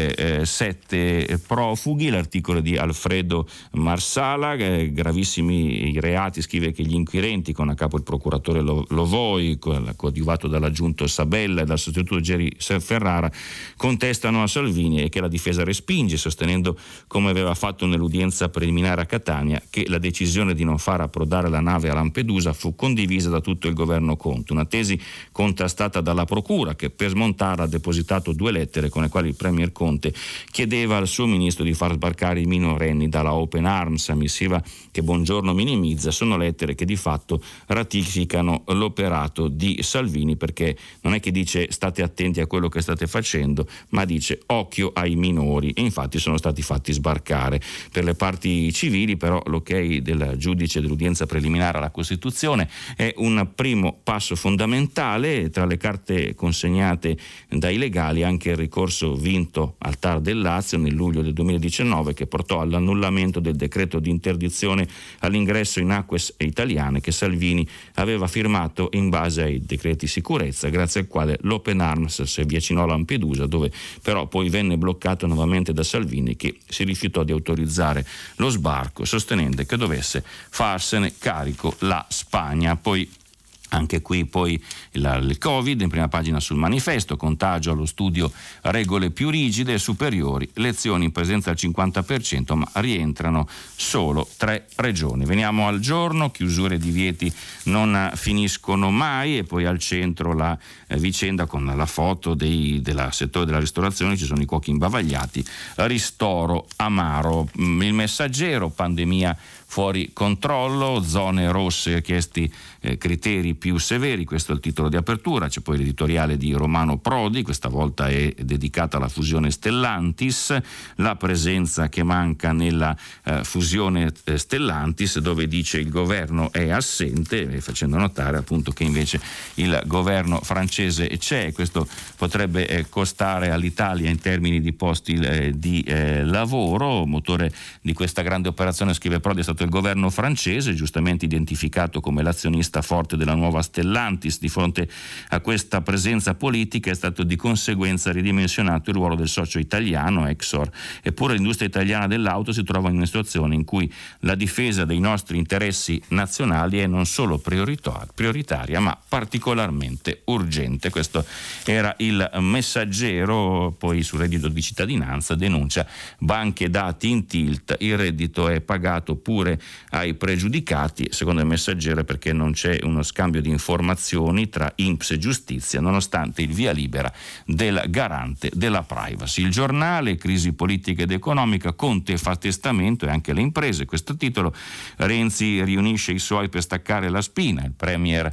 7 profughi. L'articolo di Alfredo Marsala, gravissimi i reati, scrive che gli inquirenti, con a capo il procuratore Lovoi, coadiuvato dall'aggiunto Sabella e dal sostituto Geri Ferrara, contestano a Salvini e che la difesa respinge, sostenendo, come aveva fatto nell'udienza preliminare a Catania, che la decisione di non far approdare la nave a Lampedusa fu condivisa da tutto il governo Conte. Una tesi contrastata dalla procura, che per smontarla ha depositato 2 lettere con le quali il premier Conte chiedeva al suo ministro di far sbarcare i minorenni dalla Open Arms. Missiva che Bongiorno minimizza, sono lettere che di fatto ratificano l'operato di Salvini, perché non è che dice state attenti a quello che state facendo, ma dice occhio ai minori, e infatti sono stati fatti sbarcare. Per le parti civili però l'ok del giudice dell'udienza preliminare alla Costituzione è un primo passo fondamentale. Tra le carte consegnate dai legali anche il ricorso vinto al TAR del Lazio nel luglio del 2019, che portò all'annullamento del decreto di interdizione all'ingresso in acque italiane che Salvini aveva firmato in base ai decreti sicurezza, grazie al quale l'Open Arms si avvicinò a Lampedusa, dove però poi venne bloccato nuovamente da Salvini, che si rifiutò di autorizzare lo sbarco, sostenendo che dovesse farsene carico la Spagna. Poi anche qui poi il Covid, in prima pagina sul Manifesto, contagio allo studio, regole più rigide e superiori, lezioni in presenza al 50%, ma rientrano solo 3 regioni. Veniamo al Giorno, chiusure e divieti non finiscono mai, e poi al centro la vicenda con la foto del settore della ristorazione, ci sono i cuochi imbavagliati, ristoro amaro. Il Messaggero, pandemia fuori controllo, zone rosse, chiesti criteri più severi, questo è il titolo di apertura. C'è poi l'editoriale di Romano Prodi, questa volta è dedicata alla fusione Stellantis, la presenza che manca nella fusione Stellantis, dove dice il governo è assente, facendo notare appunto che invece il governo francese c'è. Questo potrebbe costare all'Italia in termini di posti di lavoro. Motore di questa grande operazione, scrive Prodi, è stato il governo francese, giustamente identificato come l'azionista forte della nuova Stellantis. Di fronte a questa presenza politica è stato di conseguenza ridimensionato il ruolo del socio italiano Exor. Eppure l'industria italiana dell'auto si trova in una situazione in cui la difesa dei nostri interessi nazionali è non solo prioritaria, ma particolarmente urgente. Questo era il Messaggero. Poi sul reddito di cittadinanza denuncia banche dati in tilt, il reddito è pagato pure ai pregiudicati, secondo il Messaggero, perché non c'è uno scambio di informazioni tra INPS e giustizia, nonostante il via libera del garante della privacy. Il Giornale, crisi politica ed economica, Conte fa testamento e anche le imprese. Questo titolo: Renzi riunisce i suoi per staccare la spina, il premier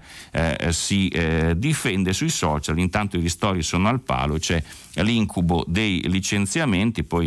si difende sui social, intanto i ristori sono al palo, c'è l'incubo dei licenziamenti. Poi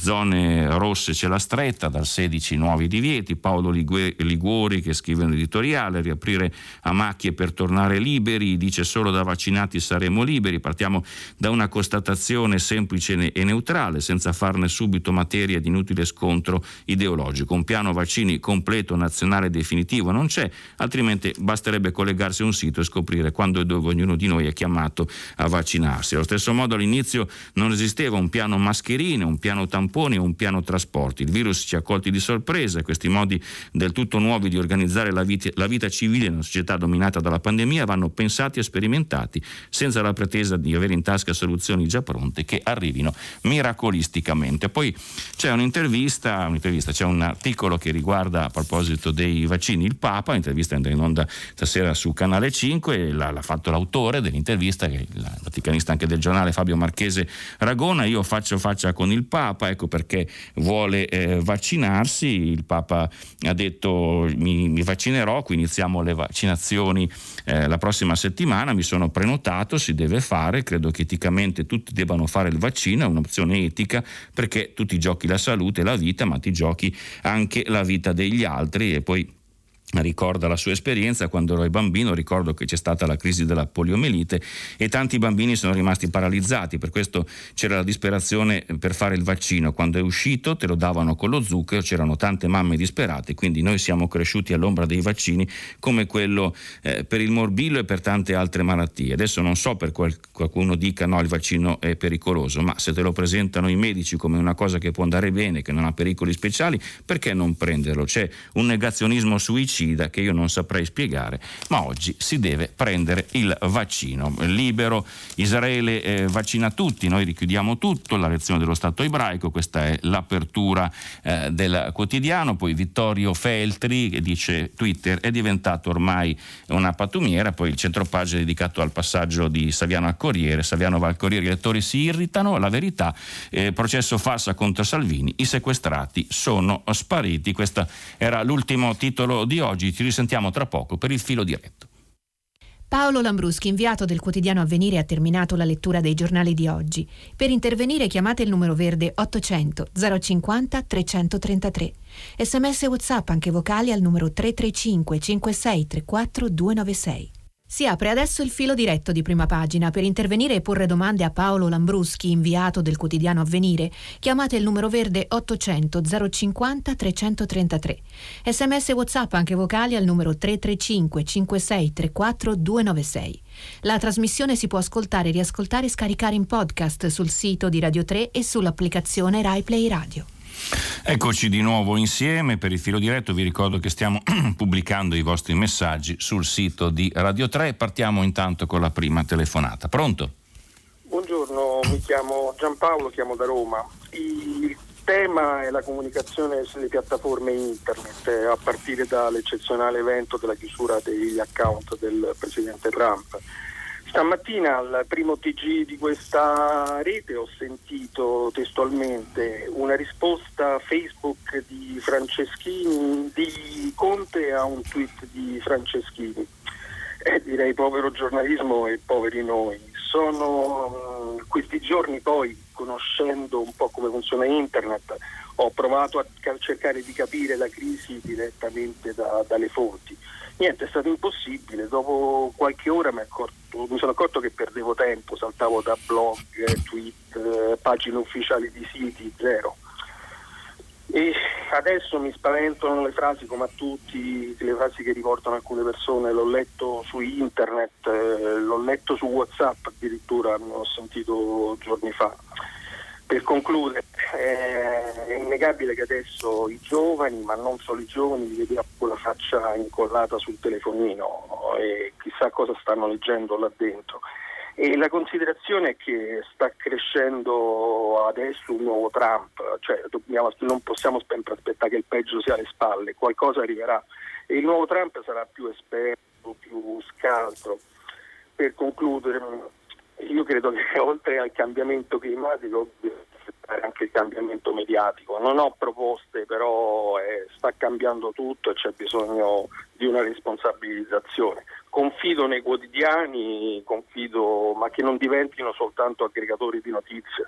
zone rosse c'è la stretta, dal 16 nuovi divieti. Paolo Liguori, che scrive un editoriale: riaprire a macchie per tornare liberi, dice solo da vaccinati saremo liberi. Partiamo da una constatazione semplice e neutrale, senza farne subito materia di inutile scontro ideologico. Un piano vaccini completo, nazionale, definitivo non c'è, altrimenti basterebbe collegarsi a un sito e scoprire quando e dove ognuno di noi è chiamato a vaccinarsi. Allo stesso modo all'inizio non esisteva un piano mascherine, un piano tamponi o un piano trasporti. Il virus ci ha colti di sorpresa e questi modi del tutto nuovi di organizzare la vita civile in una società dominata determinata dalla pandemia vanno pensati e sperimentati senza la pretesa di avere in tasca soluzioni già pronte che arrivino miracolisticamente. Poi c'è un'intervista, c'è un articolo che riguarda, a proposito dei vaccini, il Papa, un'intervista in onda stasera su Canale 5, l'ha fatto l'autore dell'intervista, che è il vaticanista anche del giornale Fabio Marchese Ragona. Io faccio faccia con il Papa, ecco perché vuole vaccinarsi. Il Papa ha detto mi vaccinerò, qui iniziamo le vaccinazioni la prossima settimana, mi sono prenotato, si deve fare, credo che eticamente tutti debbano fare il vaccino, è un'opzione etica perché tu ti giochi la salute e la vita, ma ti giochi anche la vita degli altri. E poi ricorda la sua esperienza: quando ero bambino ricordo che c'è stata la crisi della poliomielite e tanti bambini sono rimasti paralizzati, per questo c'era la disperazione per fare il vaccino. Quando è uscito te lo davano con lo zucchero, c'erano tante mamme disperate, quindi noi siamo cresciuti all'ombra dei vaccini, come quello per il morbillo e per tante altre malattie. Adesso non so, per qualcuno dica no, il vaccino è pericoloso, ma se te lo presentano i medici come una cosa che può andare bene, che non ha pericoli speciali, perché non prenderlo? C'è un negazionismo suicida che io non saprei spiegare, ma oggi si deve prendere il vaccino. Libero, Israele vaccina tutti, noi richiudiamo tutto, la lezione dello Stato ebraico, questa è l'apertura del quotidiano. Poi Vittorio Feltri che dice: Twitter è diventato ormai una pattumiera. Poi il centropagina dedicato al passaggio di Saviano al Corriere. Saviano va al Corriere, i lettori si irritano, la verità, processo farsa contro Salvini, i sequestrati sono spariti. Questo era l'ultimo titolo di oggi, ci risentiamo tra poco per il filo diretto. Paolo Lambruschi, inviato del quotidiano Avvenire, ha terminato la lettura dei giornali di oggi. Per intervenire chiamate il numero verde 800 050 333. SMS e WhatsApp anche vocali al numero 335 56 34 296. Si apre adesso il filo diretto di Prima Pagina. Per intervenire e porre domande a Paolo Lambruschi, inviato del quotidiano Avvenire, chiamate il numero verde 800 050 333. SMS e WhatsApp anche vocali al numero 335 56 34 296. La trasmissione si può ascoltare, riascoltare e scaricare in podcast sul sito di Radio 3 e sull'applicazione Rai Play Radio. Eccoci di nuovo insieme per il filo diretto. Vi ricordo che stiamo pubblicando i vostri messaggi sul sito di Radio 3. Partiamo intanto con la prima telefonata. Pronto? Buongiorno, mi chiamo Giampaolo, chiamo da Roma. Il tema è la comunicazione sulle piattaforme internet, a partire dall'eccezionale evento della chiusura degli account del presidente Trump. Stamattina al primo TG di questa rete ho sentito testualmente una risposta Facebook di Conte a un tweet di Franceschini. Direi povero giornalismo e poveri noi. Sono questi giorni poi, conoscendo un po' come funziona internet, ho provato a cercare di capire la crisi direttamente dalle fonti. Niente, è stato impossibile. Dopo qualche ora mi sono accorto che perdevo tempo, saltavo da blog, tweet, pagine ufficiali di siti, zero. E adesso mi spaventano le frasi come a tutti, le frasi che riportano alcune persone. L'ho letto su internet, l'ho letto su WhatsApp addirittura, ho sentito giorni fa. Per concludere, è innegabile che adesso i giovani, ma non solo i giovani, li vediamo con la faccia incollata sul telefonino e chissà cosa stanno leggendo là dentro. E la considerazione è che sta crescendo adesso un nuovo Trump, cioè non possiamo sempre aspettare che il peggio sia alle spalle, qualcosa arriverà e il nuovo Trump sarà più esperto, più scaltro. Per concludere, io credo che oltre al cambiamento climatico bisogna aspettare anche il cambiamento mediatico. Non ho proposte, però sta cambiando tutto e c'è bisogno di una responsabilizzazione. Confido nei quotidiani, ma che non diventino soltanto aggregatori di notizie.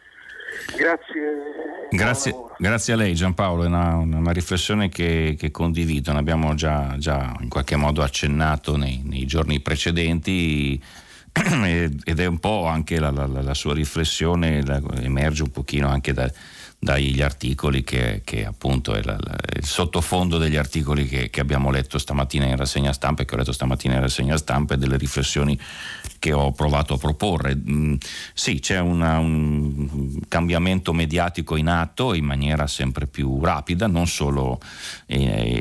Grazie a lei Giampaolo, è una riflessione che condivido, ne abbiamo già in qualche modo accennato nei giorni precedenti. Ed è un po' anche la sua riflessione emerge un pochino anche dagli articoli che appunto è il sottofondo degli articoli che abbiamo letto stamattina in rassegna stampa e che ho letto stamattina in rassegna stampa e delle riflessioni che ho provato a proporre. Sì, c'è un cambiamento mediatico in atto in maniera sempre più rapida, non solo in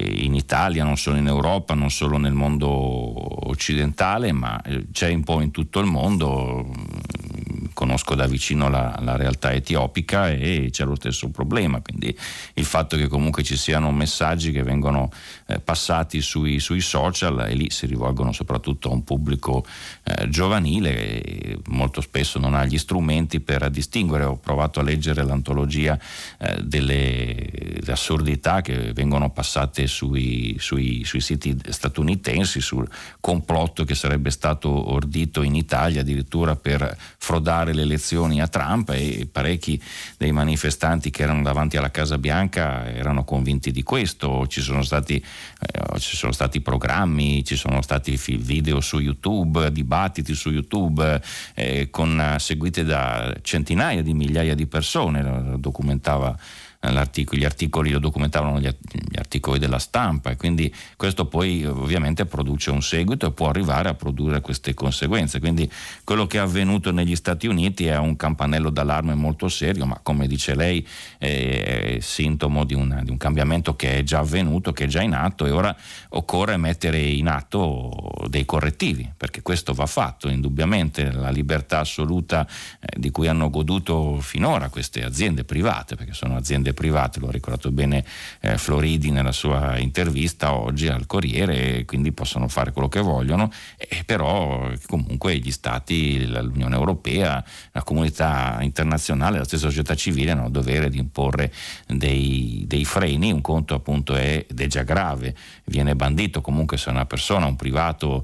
Italia, non solo in Europa, non solo nel mondo occidentale, ma c'è un po' in tutto il mondo. Conosco da vicino la realtà etiopica e c'è lo stesso problema, quindi il fatto che comunque ci siano messaggi che vengono passati sui social, e lì si rivolgono soprattutto a un pubblico giovanile e molto spesso non ha gli strumenti per distinguere. Ho provato a leggere l'antologia delle assurdità che vengono passate sui siti statunitensi sul complotto che sarebbe stato ordito in Italia addirittura per frodare le elezioni a Trump, e parecchi dei manifestanti che erano davanti alla Casa Bianca erano convinti di questo. Ci sono stati programmi, ci sono stati video su YouTube, dibattiti su YouTube seguiti da centinaia di migliaia di persone. Lo documentava gli articoli lo documentavano gli articoli della stampa, e quindi questo poi ovviamente produce un seguito e può arrivare a produrre queste conseguenze. Quindi quello che è avvenuto negli Stati Uniti è un campanello d'allarme molto serio, ma come dice lei è sintomo di un cambiamento che è già avvenuto, che è già in atto, e ora occorre mettere in atto dei correttivi, perché questo va fatto. Indubbiamente la libertà assoluta di cui hanno goduto finora queste aziende private, perché sono aziende private, lo ha ricordato bene Floridi nella sua intervista oggi al Corriere, quindi possono fare quello che vogliono, però comunque gli Stati, l'Unione Europea, la comunità internazionale, la stessa società civile hanno il dovere di imporre dei freni. Un conto appunto ed è già grave, viene bandito comunque se una persona, un privato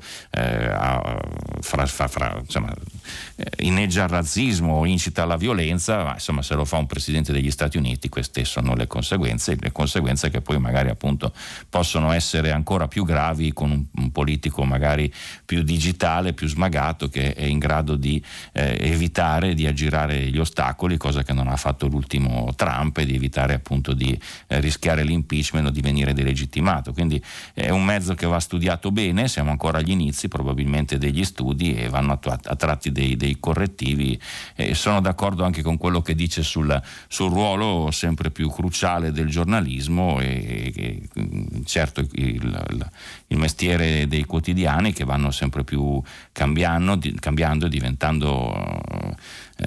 inneggia al razzismo o incita alla violenza, ma insomma se lo fa un presidente degli Stati Uniti, queste sono le conseguenze che poi magari appunto possono essere ancora più gravi con un politico magari più digitale, più smagato, che è in grado di evitare di aggirare gli ostacoli, cosa che non ha fatto l'ultimo Trump, e di evitare appunto di rischiare l'impeachment o di venire delegittimato. Quindi è un mezzo che va studiato bene, siamo ancora agli inizi probabilmente degli studi e vanno attratti dei correttivi. Sono d'accordo anche con quello che dice sul ruolo sempre più cruciale del giornalismo, e certo il mestiere dei quotidiani che vanno sempre più cambiando, diventando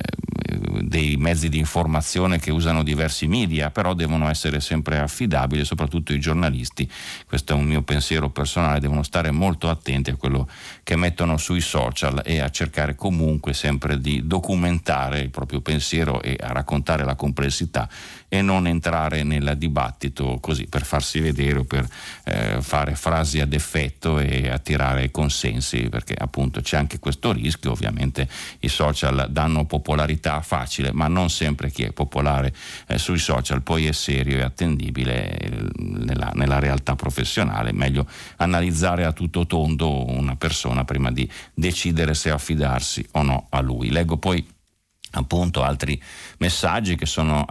dei mezzi di informazione che usano diversi media, però devono essere sempre affidabili, soprattutto i giornalisti. Questo è un mio pensiero personale, devono stare molto attenti a quello che mettono sui social e a cercare comunque sempre di documentare il proprio pensiero e a raccontare la complessità, e non entrare nel dibattito così per farsi vedere o per fare frasi ad effetto e attirare consensi, perché appunto c'è anche questo rischio. Ovviamente i social danno popolarità facile, ma non sempre chi è popolare sui social poi è serio e attendibile nella realtà professionale. Meglio analizzare a tutto tondo una persona prima di decidere se affidarsi o no a lui. Leggo poi appunto altri messaggi che sono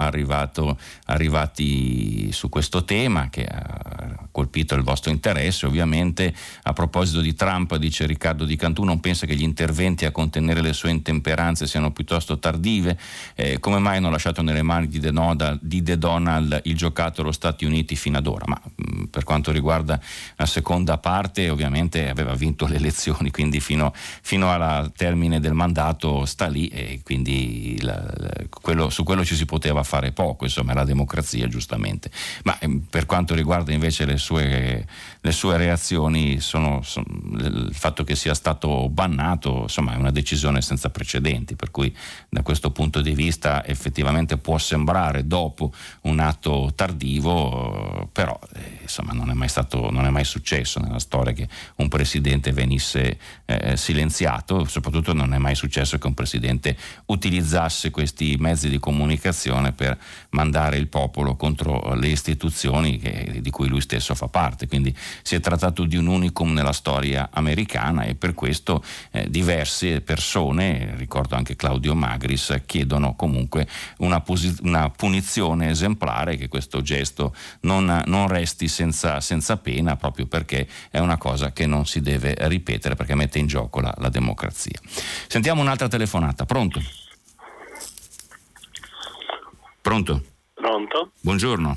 arrivati su questo tema, che ha colpito il vostro interesse. Ovviamente, a proposito di Trump, dice Riccardo Di Cantù, non pensa che gli interventi a contenere le sue intemperanze siano piuttosto tardive? Come mai hanno lasciato nelle mani di The Donald il giocattolo Stati Uniti fino ad ora? Ma per quanto riguarda la seconda parte, ovviamente aveva vinto le elezioni, quindi fino al termine del mandato sta lì, e quindi su quello ci si poteva fare poco, insomma, la democrazia, giustamente. Ma per quanto riguarda invece le sue reazioni, il fatto che sia stato bannato, insomma, è una decisione senza precedenti, per cui da questo punto di vista effettivamente può sembrare dopo un atto tardivo, però insomma non è mai successo nella storia che un presidente venisse silenziato. Soprattutto non è mai successo che un presidente utilizzasse questi mezzi di comunicazione per mandare il popolo contro le istituzioni di cui lui stesso fa parte. Quindi si è trattato di un unicum nella storia americana, e per questo diverse persone, ricordo anche Claudio Magris, chiedono comunque una punizione esemplare, che questo gesto non resti senza pena, proprio perché è una cosa che non si deve ripetere, perché mette in gioco la democrazia. Sentiamo un'altra telefonata. Pronto? Pronto? Buongiorno.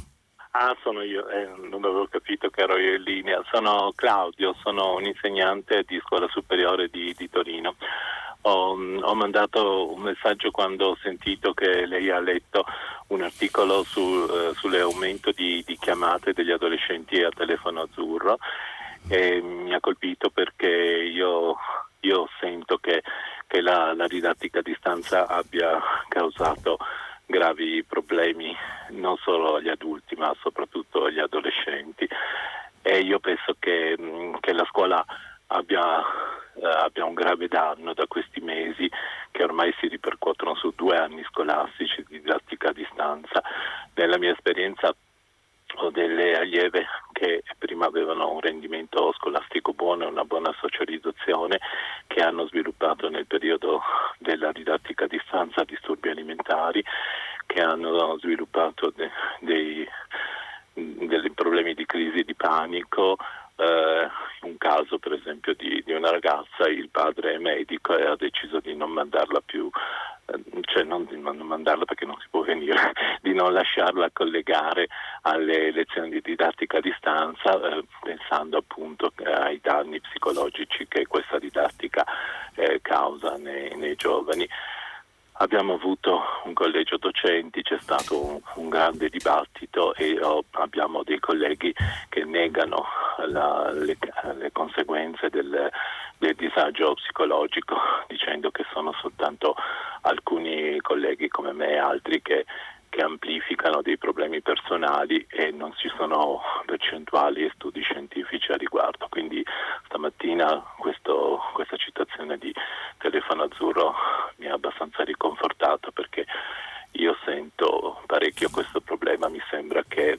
Sono io, non avevo capito che ero io in linea. Sono Claudio, sono un insegnante di scuola superiore di Torino. Ho mandato un messaggio quando ho sentito che lei ha letto un articolo sull'aumento di chiamate degli adolescenti a telefono azzurro, e mi ha colpito perché io sento che la didattica a distanza abbia causato gravi problemi non solo agli adulti ma soprattutto agli adolescenti, e io penso che la scuola abbia un grave danno da questi mesi che ormai si ripercuotono su 2 anni scolastici di didattica a distanza. Nella mia esperienza ho delle allieve che prima avevano un rendimento scolastico buono e una buona socializzazione, che hanno sviluppato nel periodo della didattica a distanza disturbi alimentari, che hanno sviluppato dei problemi di crisi di panico. Un caso per esempio di una ragazza, il padre è medico e ha deciso di non mandarla più, non mandarla perché non si può venire, di non lasciarla collegare alle lezioni di didattica a distanza, pensando appunto ai danni psicologici che questa didattica causa nei giovani. Abbiamo avuto un collegio docenti, c'è stato un grande dibattito e abbiamo dei colleghi che negano le conseguenze del disagio psicologico, dicendo che sono soltanto alcuni colleghi come me e altri che amplificano dei problemi personali e non ci sono percentuali e studi scientifici a riguardo. Quindi stamattina questa citazione di telefono azzurro mi ha abbastanza riconfortato, perché io sento parecchio questo problema. Mi sembra che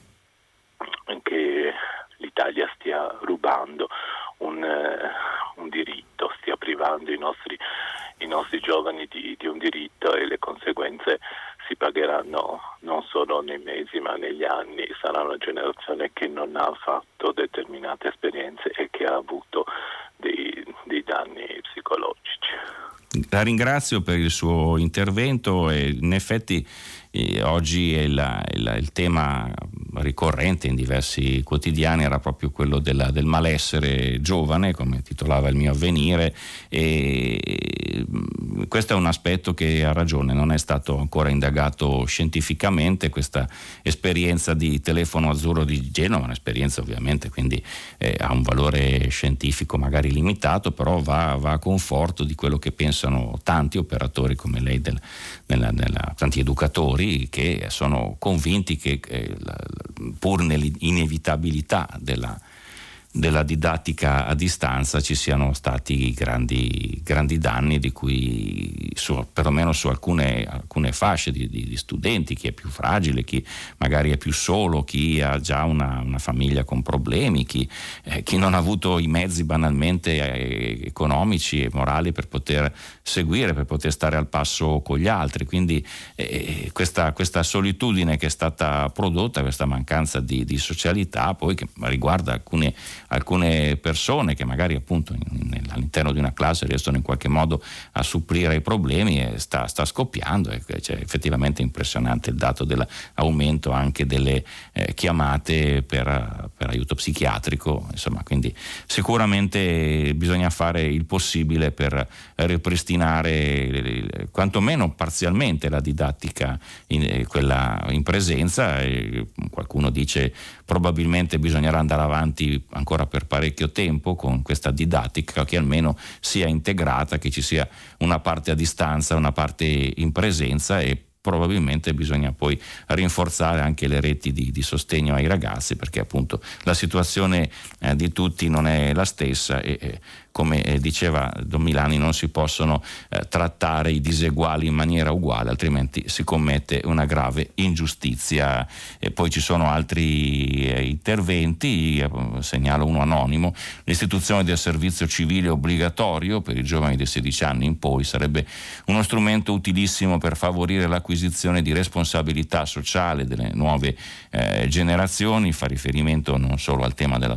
l'Italia stia rubando un diritto, stia privando i nostri giovani di un diritto, e le conseguenze si pagheranno non solo nei mesi ma negli anni. Sarà una generazione che non ha fatto determinate esperienze e che ha avuto dei danni psicologici. La ringrazio per il suo intervento, e in effetti oggi il tema ricorrente in diversi quotidiani era proprio quello del malessere giovane, come titolava il mio Avvenire, e questo è un aspetto che, ha ragione, non è stato ancora indagato scientificamente. Questa esperienza di telefono azzurro di Genova è un'esperienza ovviamente, quindi ha un valore scientifico magari limitato, però va a conforto di quello che pensano tanti operatori come lei, tanti educatori che sono convinti che pur nell'inevitabilità della didattica a distanza ci siano stati grandi danni, di cui perlomeno su alcune fasce di studenti, chi è più fragile, chi magari è più solo, chi ha già una famiglia con problemi, chi non ha avuto i mezzi banalmente economici e morali per poter seguire, per poter stare al passo con gli altri. Quindi questa solitudine che è stata prodotta, questa mancanza di socialità, poi che riguarda alcune persone che magari appunto all'interno di una classe riescono in qualche modo a supplire ai problemi, e sta scoppiando. C'è effettivamente impressionante il dato dell'aumento anche delle chiamate per aiuto psichiatrico, insomma. Quindi sicuramente bisogna fare il possibile per ripristinare quantomeno parzialmente la didattica quella in presenza. Qualcuno dice probabilmente bisognerà andare avanti ancora per parecchio tempo con questa didattica, che almeno sia integrata, che ci sia una parte a distanza, una parte in presenza, e probabilmente bisogna poi rinforzare anche le reti di sostegno ai ragazzi, perché appunto la situazione di tutti non è la stessa, e come diceva Don Milani, non si possono trattare i diseguali in maniera uguale, altrimenti si commette una grave ingiustizia. E poi ci sono altri interventi, segnalo uno anonimo: l'istituzione del servizio civile obbligatorio per i giovani dei 16 anni in poi sarebbe uno strumento utilissimo per favorire l'acquisizione di responsabilità sociale delle nuove generazioni. Fa riferimento non solo al tema della scuola, ma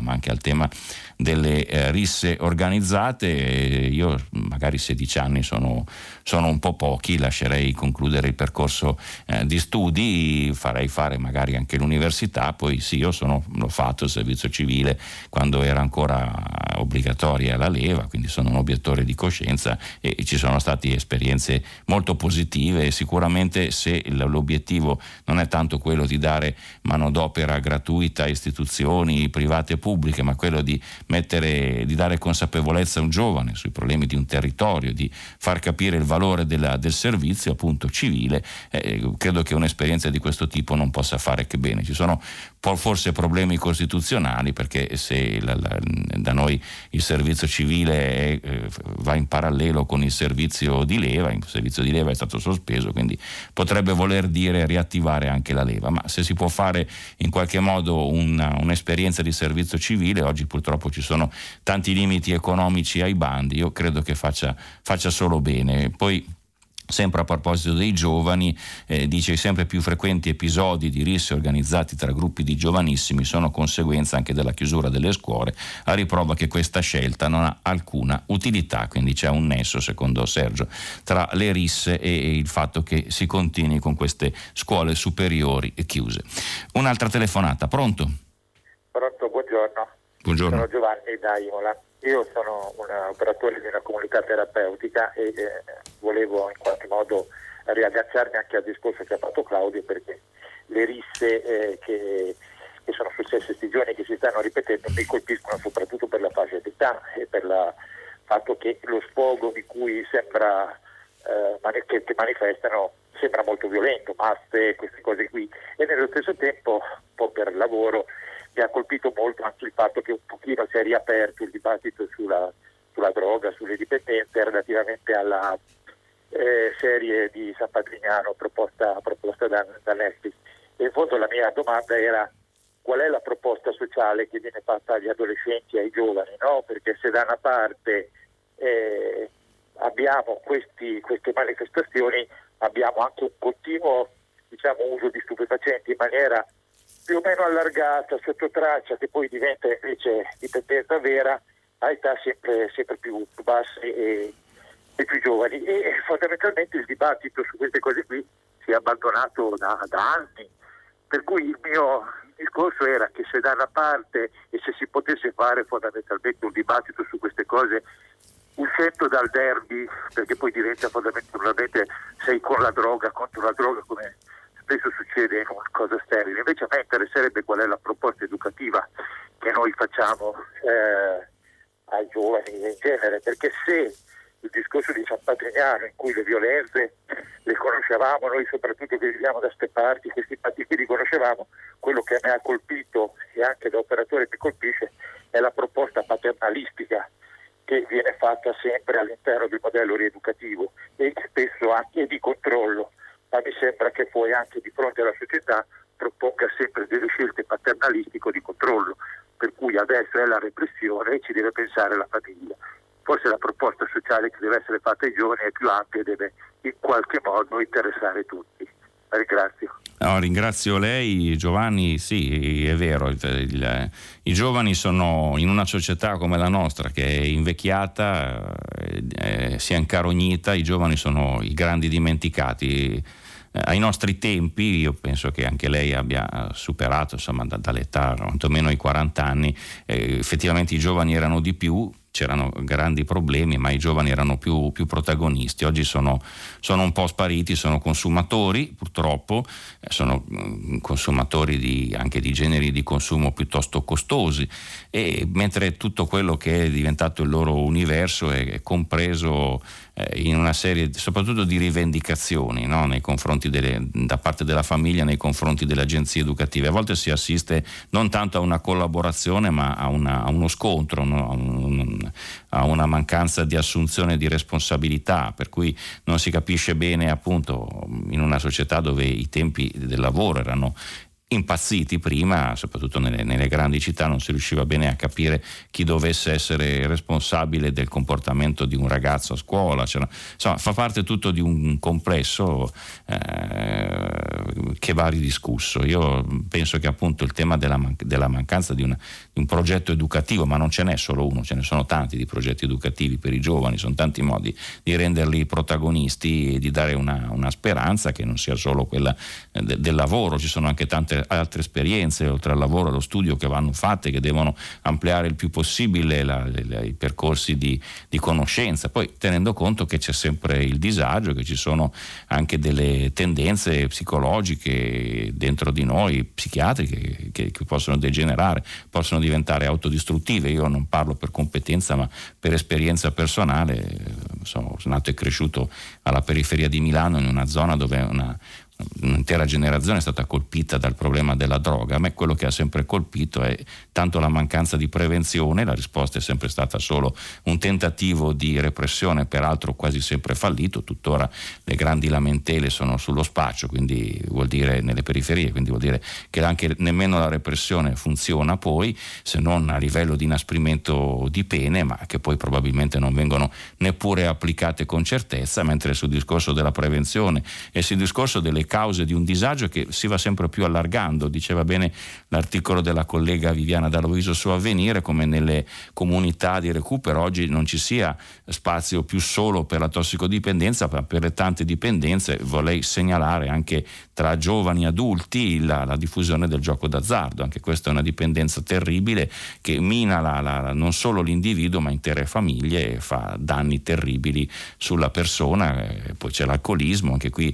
ma anche al tema delle risse organizzate. Io magari 16 anni sono un po' pochi, lascerei concludere il percorso di studi, farei fare magari anche l'università, poi sì, io l'ho fatto il servizio civile quando era ancora obbligatoria la leva, quindi sono un obiettore di coscienza e ci sono state esperienze molto positive, e sicuramente se l'obiettivo non è tanto quello di dare manodopera gratuita a istituzioni private e pubbliche, ma quello di dare consapevolezza a un giovane sui problemi di un territorio, di far capire il valore del servizio appunto civile, credo che un'esperienza di questo tipo non possa fare che bene. Ci sono forse problemi costituzionali, perché se da noi il servizio civile va in parallelo con il servizio di leva, il servizio di leva è stato sospeso, quindi potrebbe voler dire riattivare anche la leva, ma se si può fare in qualche modo un'esperienza di servizio civile, oggi purtroppo ci sono tanti limiti economici ai bandi, io credo che faccia solo bene. Poi sempre a proposito dei giovani, dice: i sempre più frequenti episodi di risse organizzati tra gruppi di giovanissimi sono conseguenza anche della chiusura delle scuole, a riprova che questa scelta non ha alcuna utilità. Quindi c'è un nesso, secondo Sergio, tra le risse e il fatto che si continui con queste scuole superiori chiuse. Un'altra telefonata, pronto? Pronto, buongiorno. Buongiorno. Sono Giovanni da Imola. Io sono un operatore di una comunità terapeutica e volevo in qualche modo riagganciarmi anche al discorso che ha fatto Claudio, perché le risse che sono successe questi giorni, che si stanno ripetendo, mi colpiscono soprattutto per la fascia d'età e per il fatto che lo sfogo di cui che manifestano sembra molto violento, maste, queste cose qui, e nello stesso tempo, un po' per lavoro, mi ha colpito molto anche il fatto che un pochino si è riaperto il dibattito sulla droga, sulle dipendenze, relativamente alla serie di San Patrignano proposta da Netflix. E in fondo la mia domanda era: qual è la proposta sociale che viene fatta agli adolescenti e ai giovani, no? Perché se da una parte abbiamo queste manifestazioni, abbiamo anche un continuo uso di stupefacenti in maniera più o meno allargata, sotto traccia, che poi diventa invece dipendenza vera a età sempre più basse e più giovani. E fondamentalmente il dibattito su queste cose qui si è abbandonato da anni, per cui il mio discorso era che se da una parte, e se si potesse fare fondamentalmente un dibattito su queste cose uscendo dal derby, perché poi diventa fondamentalmente sei con la droga, contro la droga, come spesso succede in una cosa sterile. Invece a me interesserebbe qual è la proposta educativa che noi facciamo ai giovani in genere, perché se il discorso di San Patrignano, in cui le violenze le conoscevamo, noi soprattutto che viviamo da queste parti, questi fatti qui li conoscevamo, quello che mi ha colpito e anche da operatore mi colpisce è la proposta paternalistica che viene fatta sempre all'interno del modello rieducativo e spesso anche di controllo. Ma mi sembra che poi anche di fronte alla società proponga sempre delle scelte paternalistiche di controllo, per cui adesso è la repressione e ci deve pensare la famiglia. Forse la proposta sociale che deve essere fatta ai giovani è più ampia e deve in qualche modo interessare tutti. La ringrazio. No, ringrazio lei, Giovanni. Sì, è vero, i giovani sono in una società come la nostra che è invecchiata, si è incarognita, i giovani sono i grandi dimenticati. Ai nostri tempi, io penso che anche lei abbia superato, insomma, dall'età quantomeno i 40 anni, effettivamente i giovani erano di più, c'erano grandi problemi, ma i giovani erano più protagonisti. Oggi sono un po' spariti, sono consumatori, purtroppo, sono consumatori anche di generi di consumo piuttosto costosi, e mentre tutto quello che è diventato il loro universo è compreso in una serie soprattutto di rivendicazioni, no? Nei confronti da parte della famiglia, nei confronti delle agenzie educative. A volte si assiste non tanto a una collaborazione ma a uno scontro, no? A una mancanza di assunzione di responsabilità, per cui non si capisce bene, appunto, in una società dove i tempi del lavoro erano impazziti prima, soprattutto nelle grandi città non si riusciva bene a capire chi dovesse essere responsabile del comportamento di un ragazzo a scuola, insomma fa parte tutto di un complesso che va ridiscusso. Io penso che appunto il tema della mancanza di un progetto educativo, ma non ce n'è solo uno, ce ne sono tanti di progetti educativi per i giovani, sono tanti modi di renderli protagonisti e di dare una speranza che non sia solo quella del lavoro. Ci sono anche tante altre esperienze oltre al lavoro e allo studio che vanno fatte, che devono ampliare il più possibile i percorsi di conoscenza, poi tenendo conto che c'è sempre il disagio, che ci sono anche delle tendenze psicologiche dentro di noi, psichiatriche, che possono degenerare, possono diventare autodistruttive. Io non parlo per competenza ma per esperienza personale. Sono nato e cresciuto alla periferia di Milano, in una zona dove un'intera generazione è stata colpita dal problema della droga. A me quello che ha sempre colpito è tanto la mancanza di prevenzione, la risposta è sempre stata solo un tentativo di repressione, peraltro quasi sempre fallito. Tuttora le grandi lamentele sono sullo spaccio, quindi vuol dire nelle periferie, quindi vuol dire che anche nemmeno la repressione funziona poi, se non a livello di inasprimento di pene, ma che poi probabilmente non vengono neppure applicate con certezza, mentre sul discorso della prevenzione e sul discorso delle cause di un disagio che si va sempre più allargando. Diceva bene l'articolo della collega Viviana D'Aloisio su Avvenire, come nelle comunità di recupero oggi non ci sia spazio più solo per la tossicodipendenza, ma per le tante dipendenze. Vorrei segnalare anche tra giovani adulti la diffusione del gioco d'azzardo. Anche questa è una dipendenza terribile che mina non solo l'individuo ma intere famiglie e fa danni terribili sulla persona. Poi c'è l'alcolismo, anche qui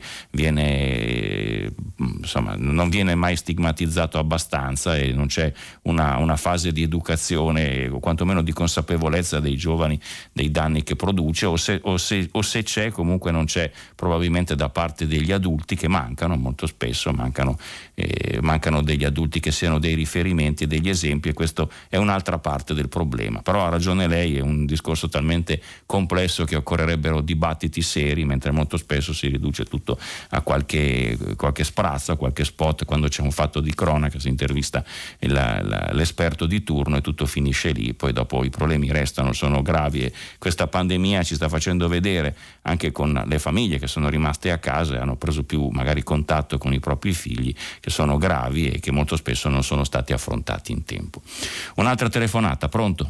non viene mai stigmatizzato abbastanza e non c'è una fase di educazione o quantomeno di consapevolezza dei giovani dei danni che produce, o se c'è, comunque non c'è probabilmente da parte degli adulti, che molto spesso mancano degli adulti che siano dei riferimenti e degli esempi, e questo è un'altra parte del problema. Però ha ragione lei, è un discorso talmente complesso che occorrerebbero dibattiti seri, mentre molto spesso si riduce tutto a qualche sprazzo, a qualche spot. Quando c'è un fatto di cronaca si intervista l'esperto di turno e tutto finisce lì. Poi dopo i problemi restano, sono gravi, e questa pandemia ci sta facendo vedere anche con le famiglie che sono rimaste a casa e hanno preso più magari contatto con i propri figli, che sono gravi e che molto spesso non sono stati affrontati in tempo. Un'altra telefonata, pronto?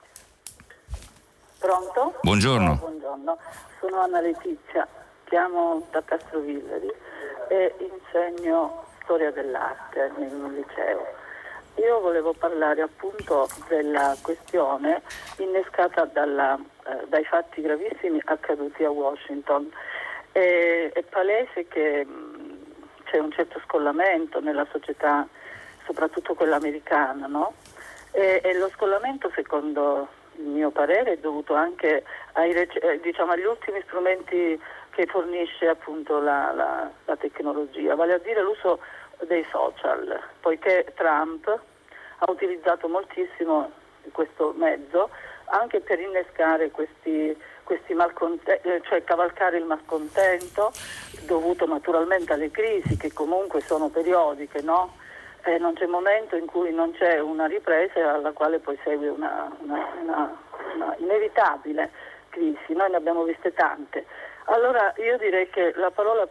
Pronto? Buongiorno. Buongiorno, sono Anna Letizia, chiamo da Castrovillari e insegno storia dell'arte in un liceo. Io volevo parlare appunto della questione innescata dai fatti gravissimi accaduti a Washington. È palese che c'è un certo scollamento nella società, soprattutto quella americana, no? E lo scollamento, secondo il mio parere, è dovuto anche agli ultimi strumenti che fornisce appunto la tecnologia, vale a dire l'uso dei social, poiché Trump ha utilizzato moltissimo questo mezzo anche per innescare questi cioè cavalcare il malcontento dovuto naturalmente alle crisi che comunque sono periodiche, no? Non c'è momento in cui non c'è una ripresa alla quale poi segue una inevitabile crisi. Noi ne abbiamo viste tante. Allora io direi che la parola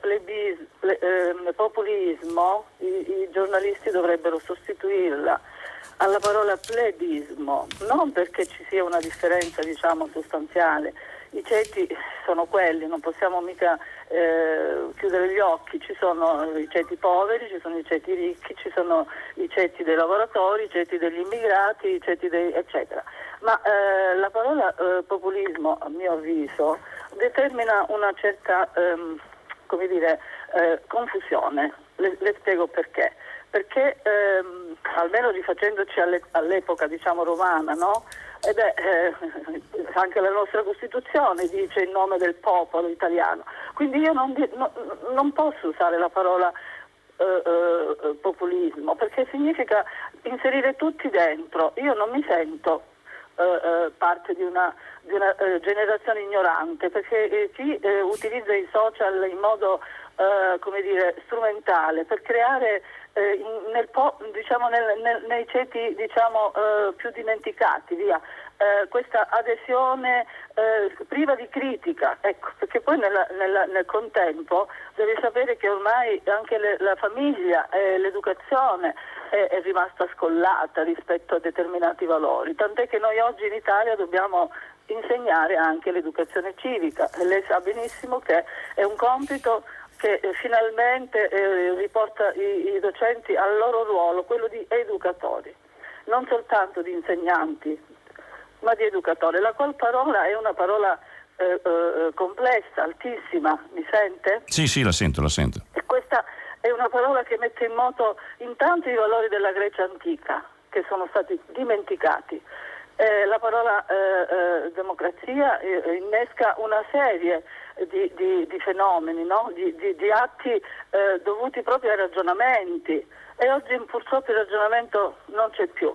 populismo i giornalisti dovrebbero sostituirla alla parola plebismo, non perché ci sia una differenza sostanziale. I ceti sono quelli, non possiamo mica chiudere gli occhi. Ci sono i ceti poveri, ci sono i ceti ricchi, ci sono i ceti dei lavoratori, i ceti degli immigrati, i ceti eccetera. Ma la parola populismo, a mio avviso, determina una certa confusione. Le spiego perché. Perché almeno rifacendoci all'epoca romana, no? Anche la nostra Costituzione dice in nome del popolo italiano. Quindi io non posso usare la parola populismo, perché significa inserire tutti dentro. Io non mi sento parte di una generazione ignorante, perché chi utilizza i social in modo strumentale per creare nei ceti più dimenticati, via. Questa adesione priva di critica, ecco, perché poi nel contempo devi sapere che ormai anche la famiglia e l'educazione è rimasta scollata rispetto a determinati valori, tant'è che noi oggi in Italia dobbiamo insegnare anche l'educazione civica, e lei sa benissimo che è un compito che finalmente riporta i docenti al loro ruolo, quello di educatori, non soltanto di insegnanti, ma di educatori, la qual parola è una parola complessa, altissima, mi sente? Sì, la sento. E questa è una parola che mette in moto intanto i valori della Grecia antica, che sono stati dimenticati. La parola democrazia innesca una serie di fenomeni, no? di atti dovuti proprio ai ragionamenti, e oggi purtroppo il ragionamento non c'è più.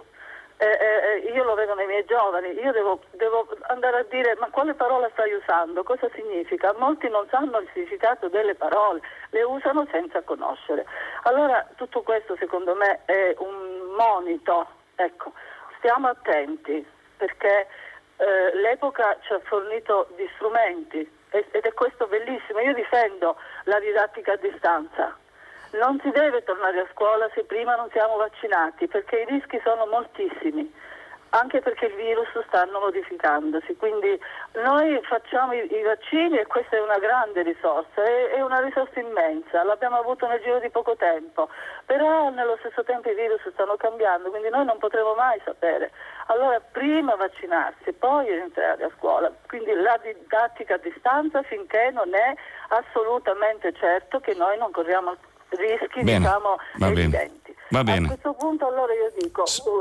Io lo vedo nei miei giovani, io devo andare a dire: ma quale parola stai usando? Cosa significa? Molti non sanno il significato delle parole, le usano senza conoscere. Allora tutto questo secondo me è un monito, ecco, stiamo attenti, perché l'epoca ci ha fornito di strumenti ed è questo bellissimo. Io difendo la didattica a distanza. Non si deve tornare a scuola se prima non siamo vaccinati, perché i rischi sono moltissimi, anche perché il virus stanno modificandosi. Quindi noi facciamo i vaccini, e questa è una grande risorsa, è una risorsa immensa, l'abbiamo avuto nel giro di poco tempo, però nello stesso tempo i virus stanno cambiando, quindi noi non potremo mai sapere. Allora prima vaccinarsi, poi entrare a scuola, quindi la didattica a distanza finché non è assolutamente certo che noi non corriamo rischi evidenti. Va bene. A questo punto allora io dico,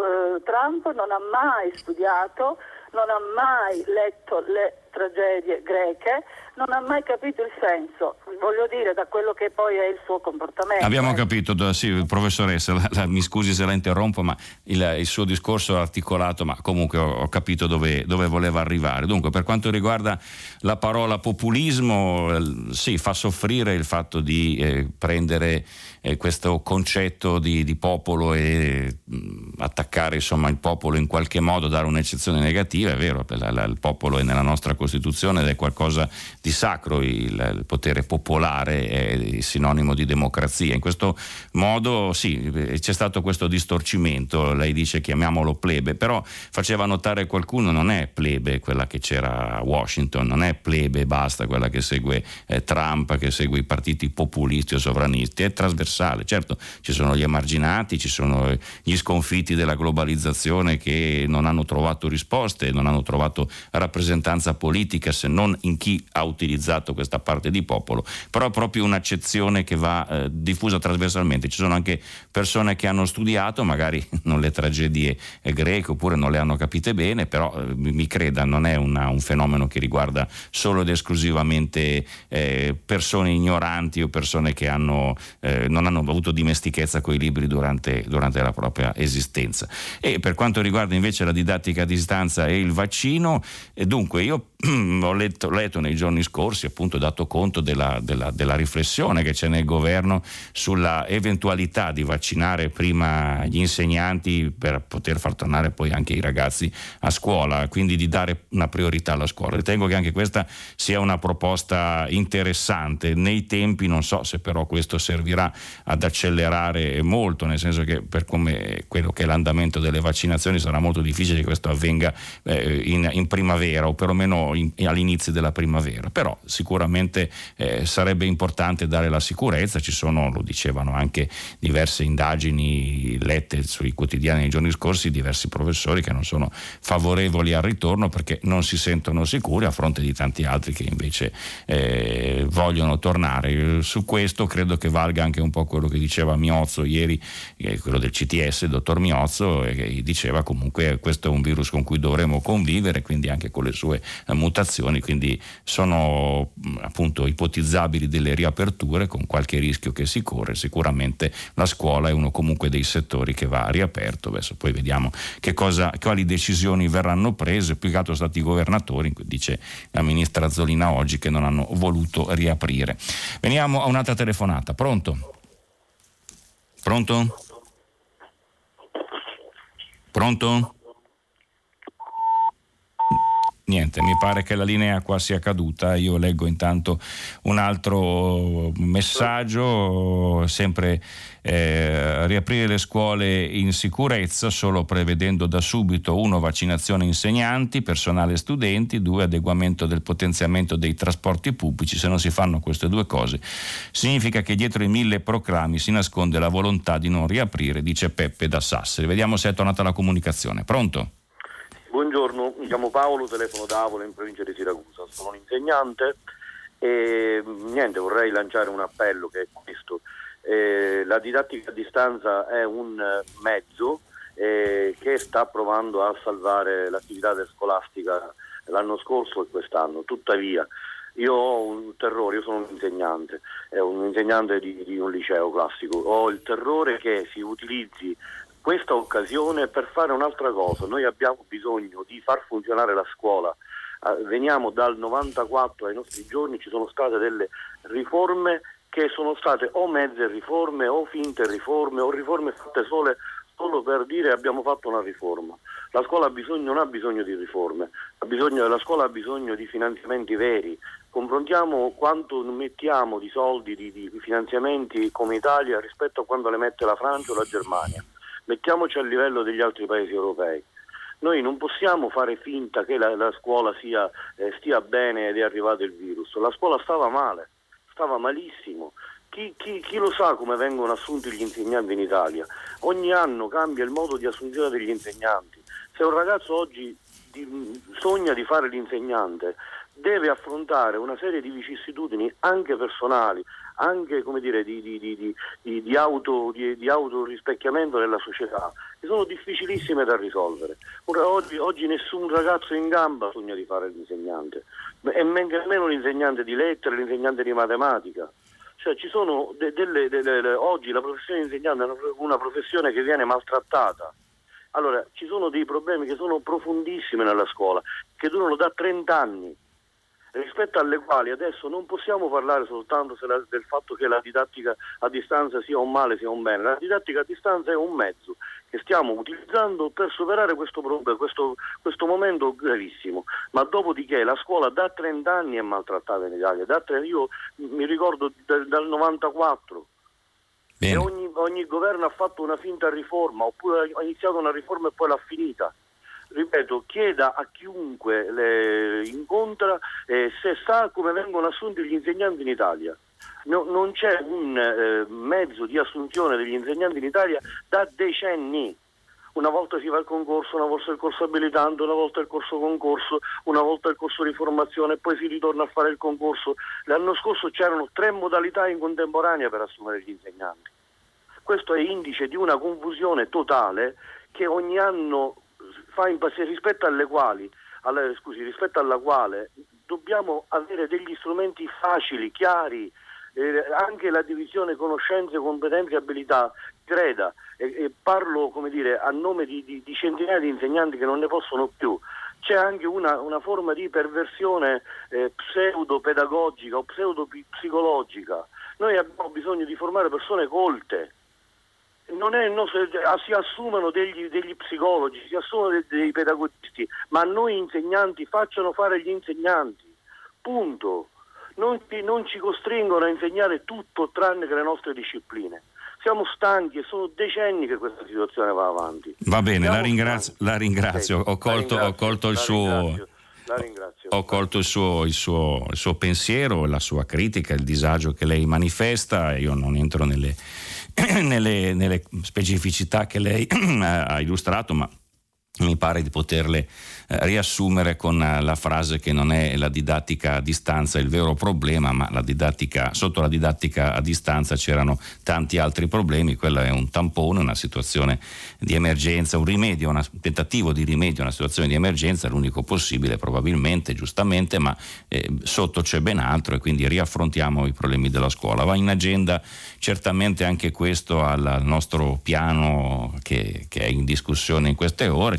Trump non ha mai studiato, non ha mai letto le tragedie greche, non ha mai capito il senso, voglio dire, da quello che poi è il suo comportamento. Abbiamo capito, sì, professoressa, mi scusi se la interrompo, ma il suo discorso è articolato, ma comunque ho capito dove voleva arrivare. Dunque, per quanto riguarda la parola populismo, sì, fa soffrire il fatto di prendere questo concetto di popolo e attaccare insomma il popolo in qualche modo, dare un'eccezione negativa. È vero, il popolo è nella nostra Costituzione ed è qualcosa di sacro, il potere popolare è sinonimo di democrazia. In questo modo sì, c'è stato questo distorcimento, lei dice chiamiamolo plebe, però faceva notare qualcuno, non è plebe quella che c'era a Washington, non è plebe basta quella che segue Trump, che segue i partiti populisti o sovranisti, è trasversale. Certo, ci sono gli emarginati, ci sono gli sconfitti della globalizzazione che non hanno trovato risposte, non hanno trovato rappresentanza politica se non in chi ha utilizzato questa parte di popolo, però proprio un'accezione che va diffusa trasversalmente. Ci sono anche persone che hanno studiato magari non le tragedie greche oppure non le hanno capite bene, però mi creda, non è un fenomeno che riguarda solo ed esclusivamente persone ignoranti o persone che non hanno avuto dimestichezza con i libri durante la propria esistenza. E per quanto riguarda invece la didattica a distanza e il vaccino, dunque io ho letto nei giorni scorsi, appunto, dato conto della riflessione che c'è nel governo sulla eventualità di vaccinare prima gli insegnanti per poter far tornare poi anche i ragazzi a scuola, quindi di dare una priorità alla scuola. Ritengo che anche questa sia una proposta interessante nei tempi. Non so se però questo servirà ad accelerare molto, nel senso che per come quello che è l'andamento delle vaccinazioni sarà molto difficile che questo avvenga in primavera o perlomeno all'inizio della primavera, però sicuramente sarebbe importante dare la sicurezza. Ci sono, lo dicevano anche diverse indagini lette sui quotidiani nei giorni scorsi, diversi professori che non sono favorevoli al ritorno perché non si sentono sicuri, a fronte di tanti altri che invece vogliono tornare. Su questo credo che valga anche un po' quello che diceva Miozzo ieri, quello del CTS, il dottor Miozzo, che diceva comunque questo è un virus con cui dovremo convivere, quindi anche con le sue mutazioni, quindi sono appunto ipotizzabili delle riaperture con qualche rischio che si corre. Sicuramente la scuola è uno comunque dei settori che va riaperto. Adesso poi vediamo quali decisioni verranno prese, più che altro stati i governatori, dice la ministra Azzolina oggi, che non hanno voluto riaprire. Veniamo a un'altra telefonata. Pronto? Pronto? Pronto? Niente, mi pare che la linea qua sia caduta. Io leggo intanto un altro messaggio, sempre riaprire le scuole in sicurezza, solo prevedendo da subito 1 vaccinazione insegnanti, personale studenti, 2 adeguamento del potenziamento dei trasporti pubblici. Se non si fanno queste 2 cose significa che dietro i 1000 proclami si nasconde la volontà di non riaprire, dice Peppe da Sassari. Vediamo se è tornata la comunicazione. Pronto? Buongiorno, mi chiamo Paolo, telefono da Avola in provincia di Siracusa, sono un insegnante e vorrei lanciare un appello che è questo. La didattica a distanza è un mezzo che sta provando a salvare l'attività scolastica l'anno scorso e quest'anno, tuttavia io ho un terrore, io sono un insegnante di un liceo classico, ho il terrore che si utilizzi questa occasione per fare un'altra cosa. Noi abbiamo bisogno di far funzionare la scuola. Veniamo dal 94 ai nostri giorni, ci sono state delle riforme che sono state o mezze riforme o finte riforme o riforme fatte solo per dire abbiamo fatto una riforma. La scuola non ha bisogno di riforme, la scuola ha bisogno di finanziamenti veri. Confrontiamo quanto mettiamo di soldi, di finanziamenti come Italia rispetto a quanto le mette la Francia o la Germania. Mettiamoci a livello degli altri paesi europei. Noi non possiamo fare finta che la scuola stia bene ed è arrivato il virus. La scuola stava male, stava malissimo. Chi lo sa come vengono assunti gli insegnanti in Italia? Ogni anno cambia il modo di assunzione degli insegnanti. Se un ragazzo oggi sogna di fare l'insegnante, deve affrontare una serie di vicissitudini anche personali, anche di autorispecchiamento nella società, che sono difficilissime da risolvere. Oggi nessun ragazzo in gamba sogna di fare l'insegnante, e nemmeno l'insegnante di lettere, l'insegnante di matematica. Cioè ci sono oggi la professione di insegnante è una professione che viene maltrattata. Allora ci sono dei problemi che sono profondissimi nella scuola, che durano da 30 anni, rispetto alle quali adesso non possiamo parlare soltanto del fatto che la didattica a distanza sia un male, sia un bene. La didattica a distanza è un mezzo che stiamo utilizzando per superare questo problema, questo momento gravissimo. Ma dopodiché la scuola da 30 anni è maltrattata in Italia. Io mi ricordo dal 94. Bene. E ogni governo ha fatto una finta riforma, oppure ha iniziato una riforma e poi l'ha finita. Ripeto, chieda a chiunque le incontra se sa come vengono assunti gli insegnanti in Italia. Non c'è un mezzo di assunzione degli insegnanti in Italia da decenni. Una volta si va al concorso, una volta il corso abilitante, una volta il corso concorso, una volta il corso di formazione, poi si ritorna a fare il concorso. L'anno scorso c'erano 3 modalità in contemporanea per assumere gli insegnanti. Questo è indice di una confusione totale che ogni anno fa impazzire, rispetto alla quale dobbiamo avere degli strumenti facili, chiari, anche la divisione conoscenze, competenze e abilità, creda, e parlo a nome di centinaia di insegnanti che non ne possono più. C'è anche una forma di perversione pseudo-pedagogica o pseudo-psicologica. Noi abbiamo bisogno di formare persone colte. Si assumono degli psicologi, si assumono dei pedagogisti, ma a noi insegnanti facciano fare gli insegnanti, punto. Non ci costringono a insegnare tutto tranne che le nostre discipline. Siamo stanchi e sono decenni che questa situazione va avanti. Va bene, la ringrazio. Ho colto il suo... La ringrazio. Ho colto il suo pensiero, la sua critica, il disagio che lei manifesta. Io non entro nelle specificità che lei ha illustrato, ma mi pare di poterle riassumere con la frase che non è la didattica a distanza il vero problema, ma sotto la didattica a distanza c'erano tanti altri problemi. Quello è un tampone, una situazione di emergenza, un rimedio, un tentativo di rimedio a una situazione di emergenza, l'unico possibile probabilmente, giustamente, ma sotto c'è ben altro, e quindi riaffrontiamo i problemi della scuola. Va in agenda certamente anche questo al nostro piano che è in discussione in queste ore.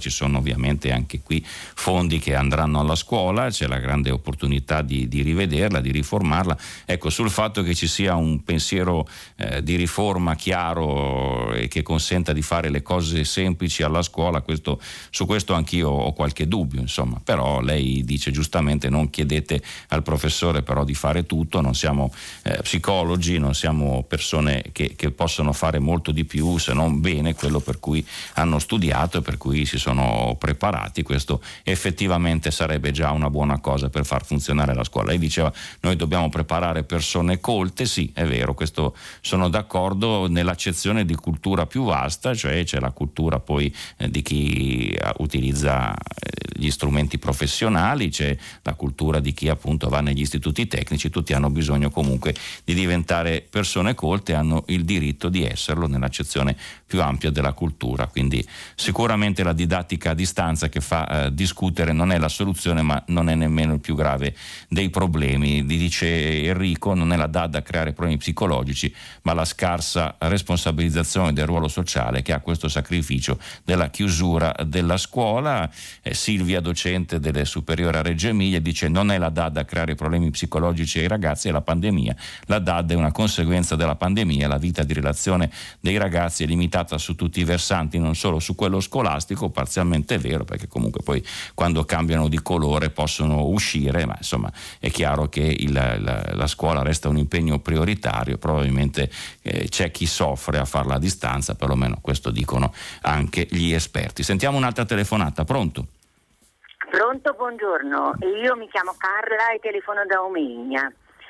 ci sono ovviamente anche qui fondi che andranno alla scuola, c'è la grande opportunità di rivederla, di riformarla. Ecco, sul fatto che ci sia un pensiero di riforma chiaro e che consenta di fare le cose semplici alla scuola, su questo anch'io ho qualche dubbio, insomma. Però lei dice giustamente: non chiedete al professore però di fare tutto, non siamo psicologi, non siamo persone che possono fare molto di più, se non bene quello per cui hanno studiato e per cui si sono preparati. Questo effettivamente sarebbe già una buona cosa per far funzionare la scuola. Lei diceva: noi dobbiamo preparare persone colte. Sì, è vero, questo sono d'accordo, nell'accezione di cultura più vasta, cioè c'è la cultura poi di chi utilizza gli strumenti professionali, c'è la cultura di chi appunto va negli istituti tecnici. Tutti hanno bisogno comunque di diventare persone colte, hanno il diritto di esserlo nell'accezione più ampia della cultura. Quindi sicuramente la didattica a distanza che fa discutere non è la soluzione, ma non è nemmeno il più grave dei problemi. Dice Enrico: non è la DAD a creare problemi psicologici, ma la scarsa responsabilizzazione del ruolo sociale che ha questo sacrificio della chiusura della scuola. Silvia, docente delle superiori a Reggio Emilia, dice: non è la DAD a creare problemi psicologici ai ragazzi, è la pandemia. La DAD è una conseguenza della pandemia, la vita di relazione dei ragazzi è limitata su tutti i versanti, non solo su quello scolastico. Parzialmente è vero, perché comunque poi quando cambiano di colore possono uscire, ma insomma è chiaro che la scuola resta un impegno prioritario. Probabilmente c'è chi soffre a farla a distanza, perlomeno questo dicono anche gli esperti. Sentiamo un'altra telefonata. Pronto? Pronto, buongiorno. Io mi chiamo Carla e telefono da Omegna,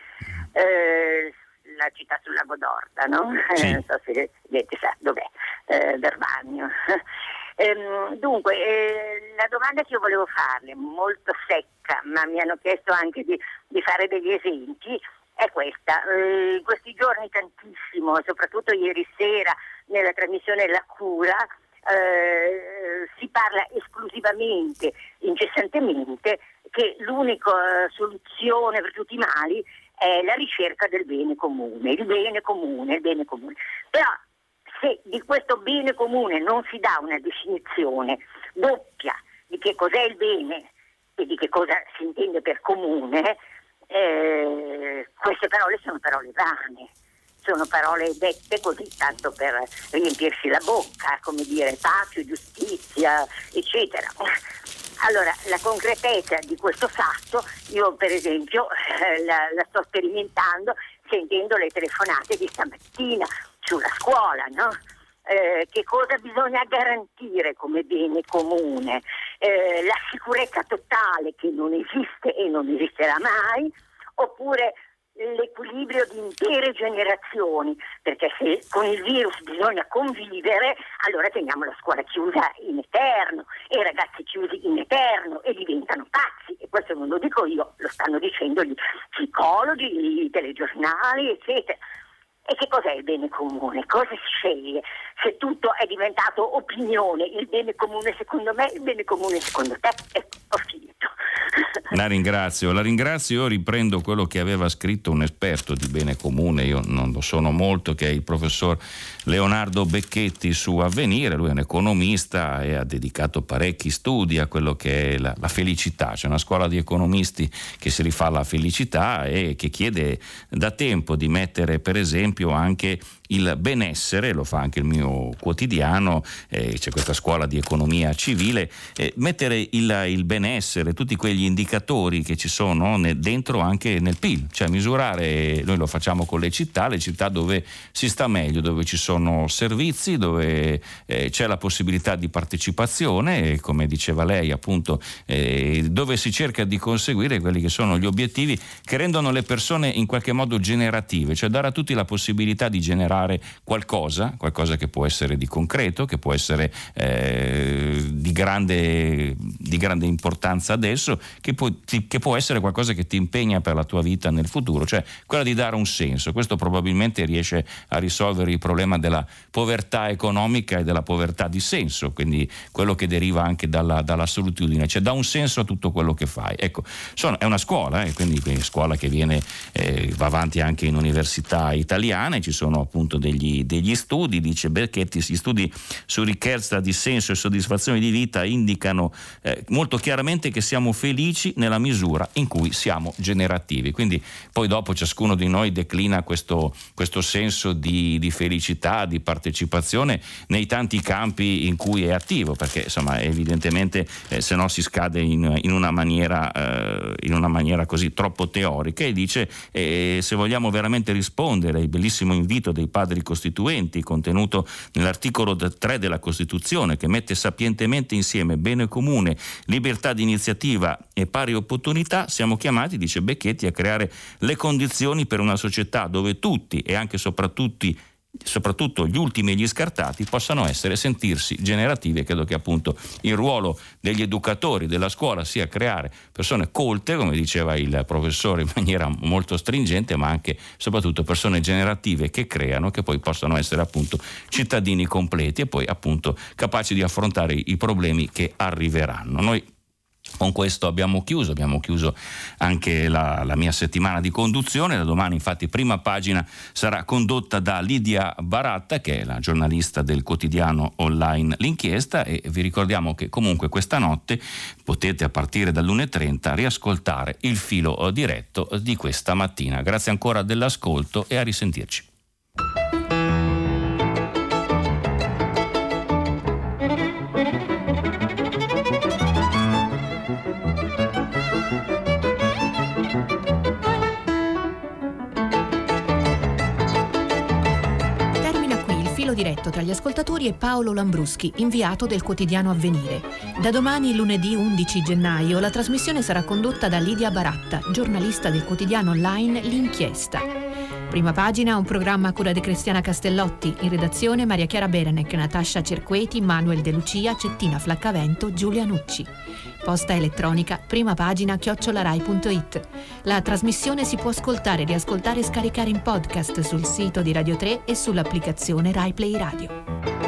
la città sul lago d'Orta, no? Sì. Non so se sa dov'è, Verbagno. Dunque, la domanda che io volevo farle, molto secca, ma mi hanno chiesto anche di fare degli esempi, è questa. In questi giorni tantissimo, soprattutto ieri sera nella trasmissione La Cura, si parla esclusivamente, incessantemente, che l'unica soluzione per tutti i mali è la ricerca del bene comune, il bene comune. Però se di questo bene comune non si dà una definizione doppia di che cos'è il bene e di che cosa si intende per comune, queste parole sono parole vane. Sono parole dette così tanto per riempirsi la bocca, come dire pace, giustizia, eccetera. Allora, la concretezza di questo fatto, io per esempio la sto sperimentando sentendo le telefonate di stamattina sulla scuola, no? Che cosa bisogna garantire come bene comune? La sicurezza totale, che non esiste e non esisterà mai, oppure l'equilibrio di intere generazioni, perché se con il virus bisogna convivere, allora teniamo la scuola chiusa in eterno e i ragazzi chiusi in eterno e diventano pazzi. E questo non lo dico io, lo stanno dicendo gli psicologi, i telegiornali, eccetera. E che cos'è il bene comune? Cosa si sceglie? Se tutto è diventato opinione, il bene comune secondo me, il bene comune secondo te, ho finito. La ringrazio. Io riprendo quello che aveva scritto un esperto di bene comune, io non lo sono molto, che è il professor Leonardo Becchetti su Avvenire. Lui è un economista e ha dedicato parecchi studi a quello che è la felicità. C'è una scuola di economisti che si rifà alla felicità e che chiede da tempo di mettere per esempio anche il benessere, lo fa anche il mio quotidiano, c'è questa scuola di economia civile, mettere il benessere, tutti quegli indicatori che ci sono dentro anche nel PIL, cioè misurare. Noi lo facciamo con le città dove si sta meglio, dove ci sono servizi, dove c'è la possibilità di partecipazione, come diceva lei appunto, dove si cerca di conseguire quelli che sono gli obiettivi che rendono le persone in qualche modo generative, cioè dare a tutti la possibilità di generare qualcosa che può essere di concreto, che può essere di grande importanza adesso, che poi può essere qualcosa che ti impegna per la tua vita nel futuro, cioè quella di dare un senso. Questo probabilmente riesce a risolvere il problema della povertà economica e della povertà di senso, quindi quello che deriva anche dalla solitudine, cioè dà un senso a tutto quello che fai. Ecco, è una scuola, quindi scuola che va avanti anche in università italiane, ci sono appunto degli studi, dice Becchetti, gli studi su richiesta di senso e soddisfazione di vita indicano molto chiaramente che siamo felici nella misura in cui siamo generativi, quindi poi dopo ciascuno di noi declina questo senso di felicità, di partecipazione nei tanti campi in cui è attivo, perché insomma evidentemente se no si scade in una maniera così troppo teorica. E dice se vogliamo veramente rispondere al bellissimo invito dei padri costituenti contenuto nell'articolo 3 della Costituzione, che mette sapientemente insieme bene comune, libertà di iniziativa e pari opportunità, siamo chiamati, dice Becchetti, a creare le condizioni per una società dove tutti e anche soprattutto gli ultimi e gli scartati possano sentirsi generativi. E credo che appunto il ruolo degli educatori della scuola sia creare persone colte, come diceva il professore in maniera molto stringente, ma anche soprattutto persone generative che creano, che poi possano essere appunto cittadini completi e poi appunto capaci di affrontare i problemi che arriveranno. Noi con questo abbiamo chiuso anche la mia settimana di conduzione. Da domani infatti Prima Pagina sarà condotta da Lidia Baratta, che è la giornalista del quotidiano online L'Inchiesta, e vi ricordiamo che comunque questa notte potete a partire dall'1:30 riascoltare il filo diretto di questa mattina. Grazie ancora dell'ascolto e a risentirci. Diretto tra gli ascoltatori e Paolo Lambruschi, inviato del quotidiano Avvenire. Da domani, lunedì 11 gennaio, la trasmissione sarà condotta da Lidia Baratta, giornalista del quotidiano online L'Inchiesta. Prima Pagina, un programma a cura di Cristiana Castellotti, in redazione Maria Chiara Berenec, Natascia Cerqueti, Manuel De Lucia, Cettina Flaccavento, Giulia Nucci. Posta elettronica primapagina@rai.it. La trasmissione si può ascoltare, riascoltare e scaricare in podcast sul sito di Radio 3 e sull'applicazione Rai Play Radio.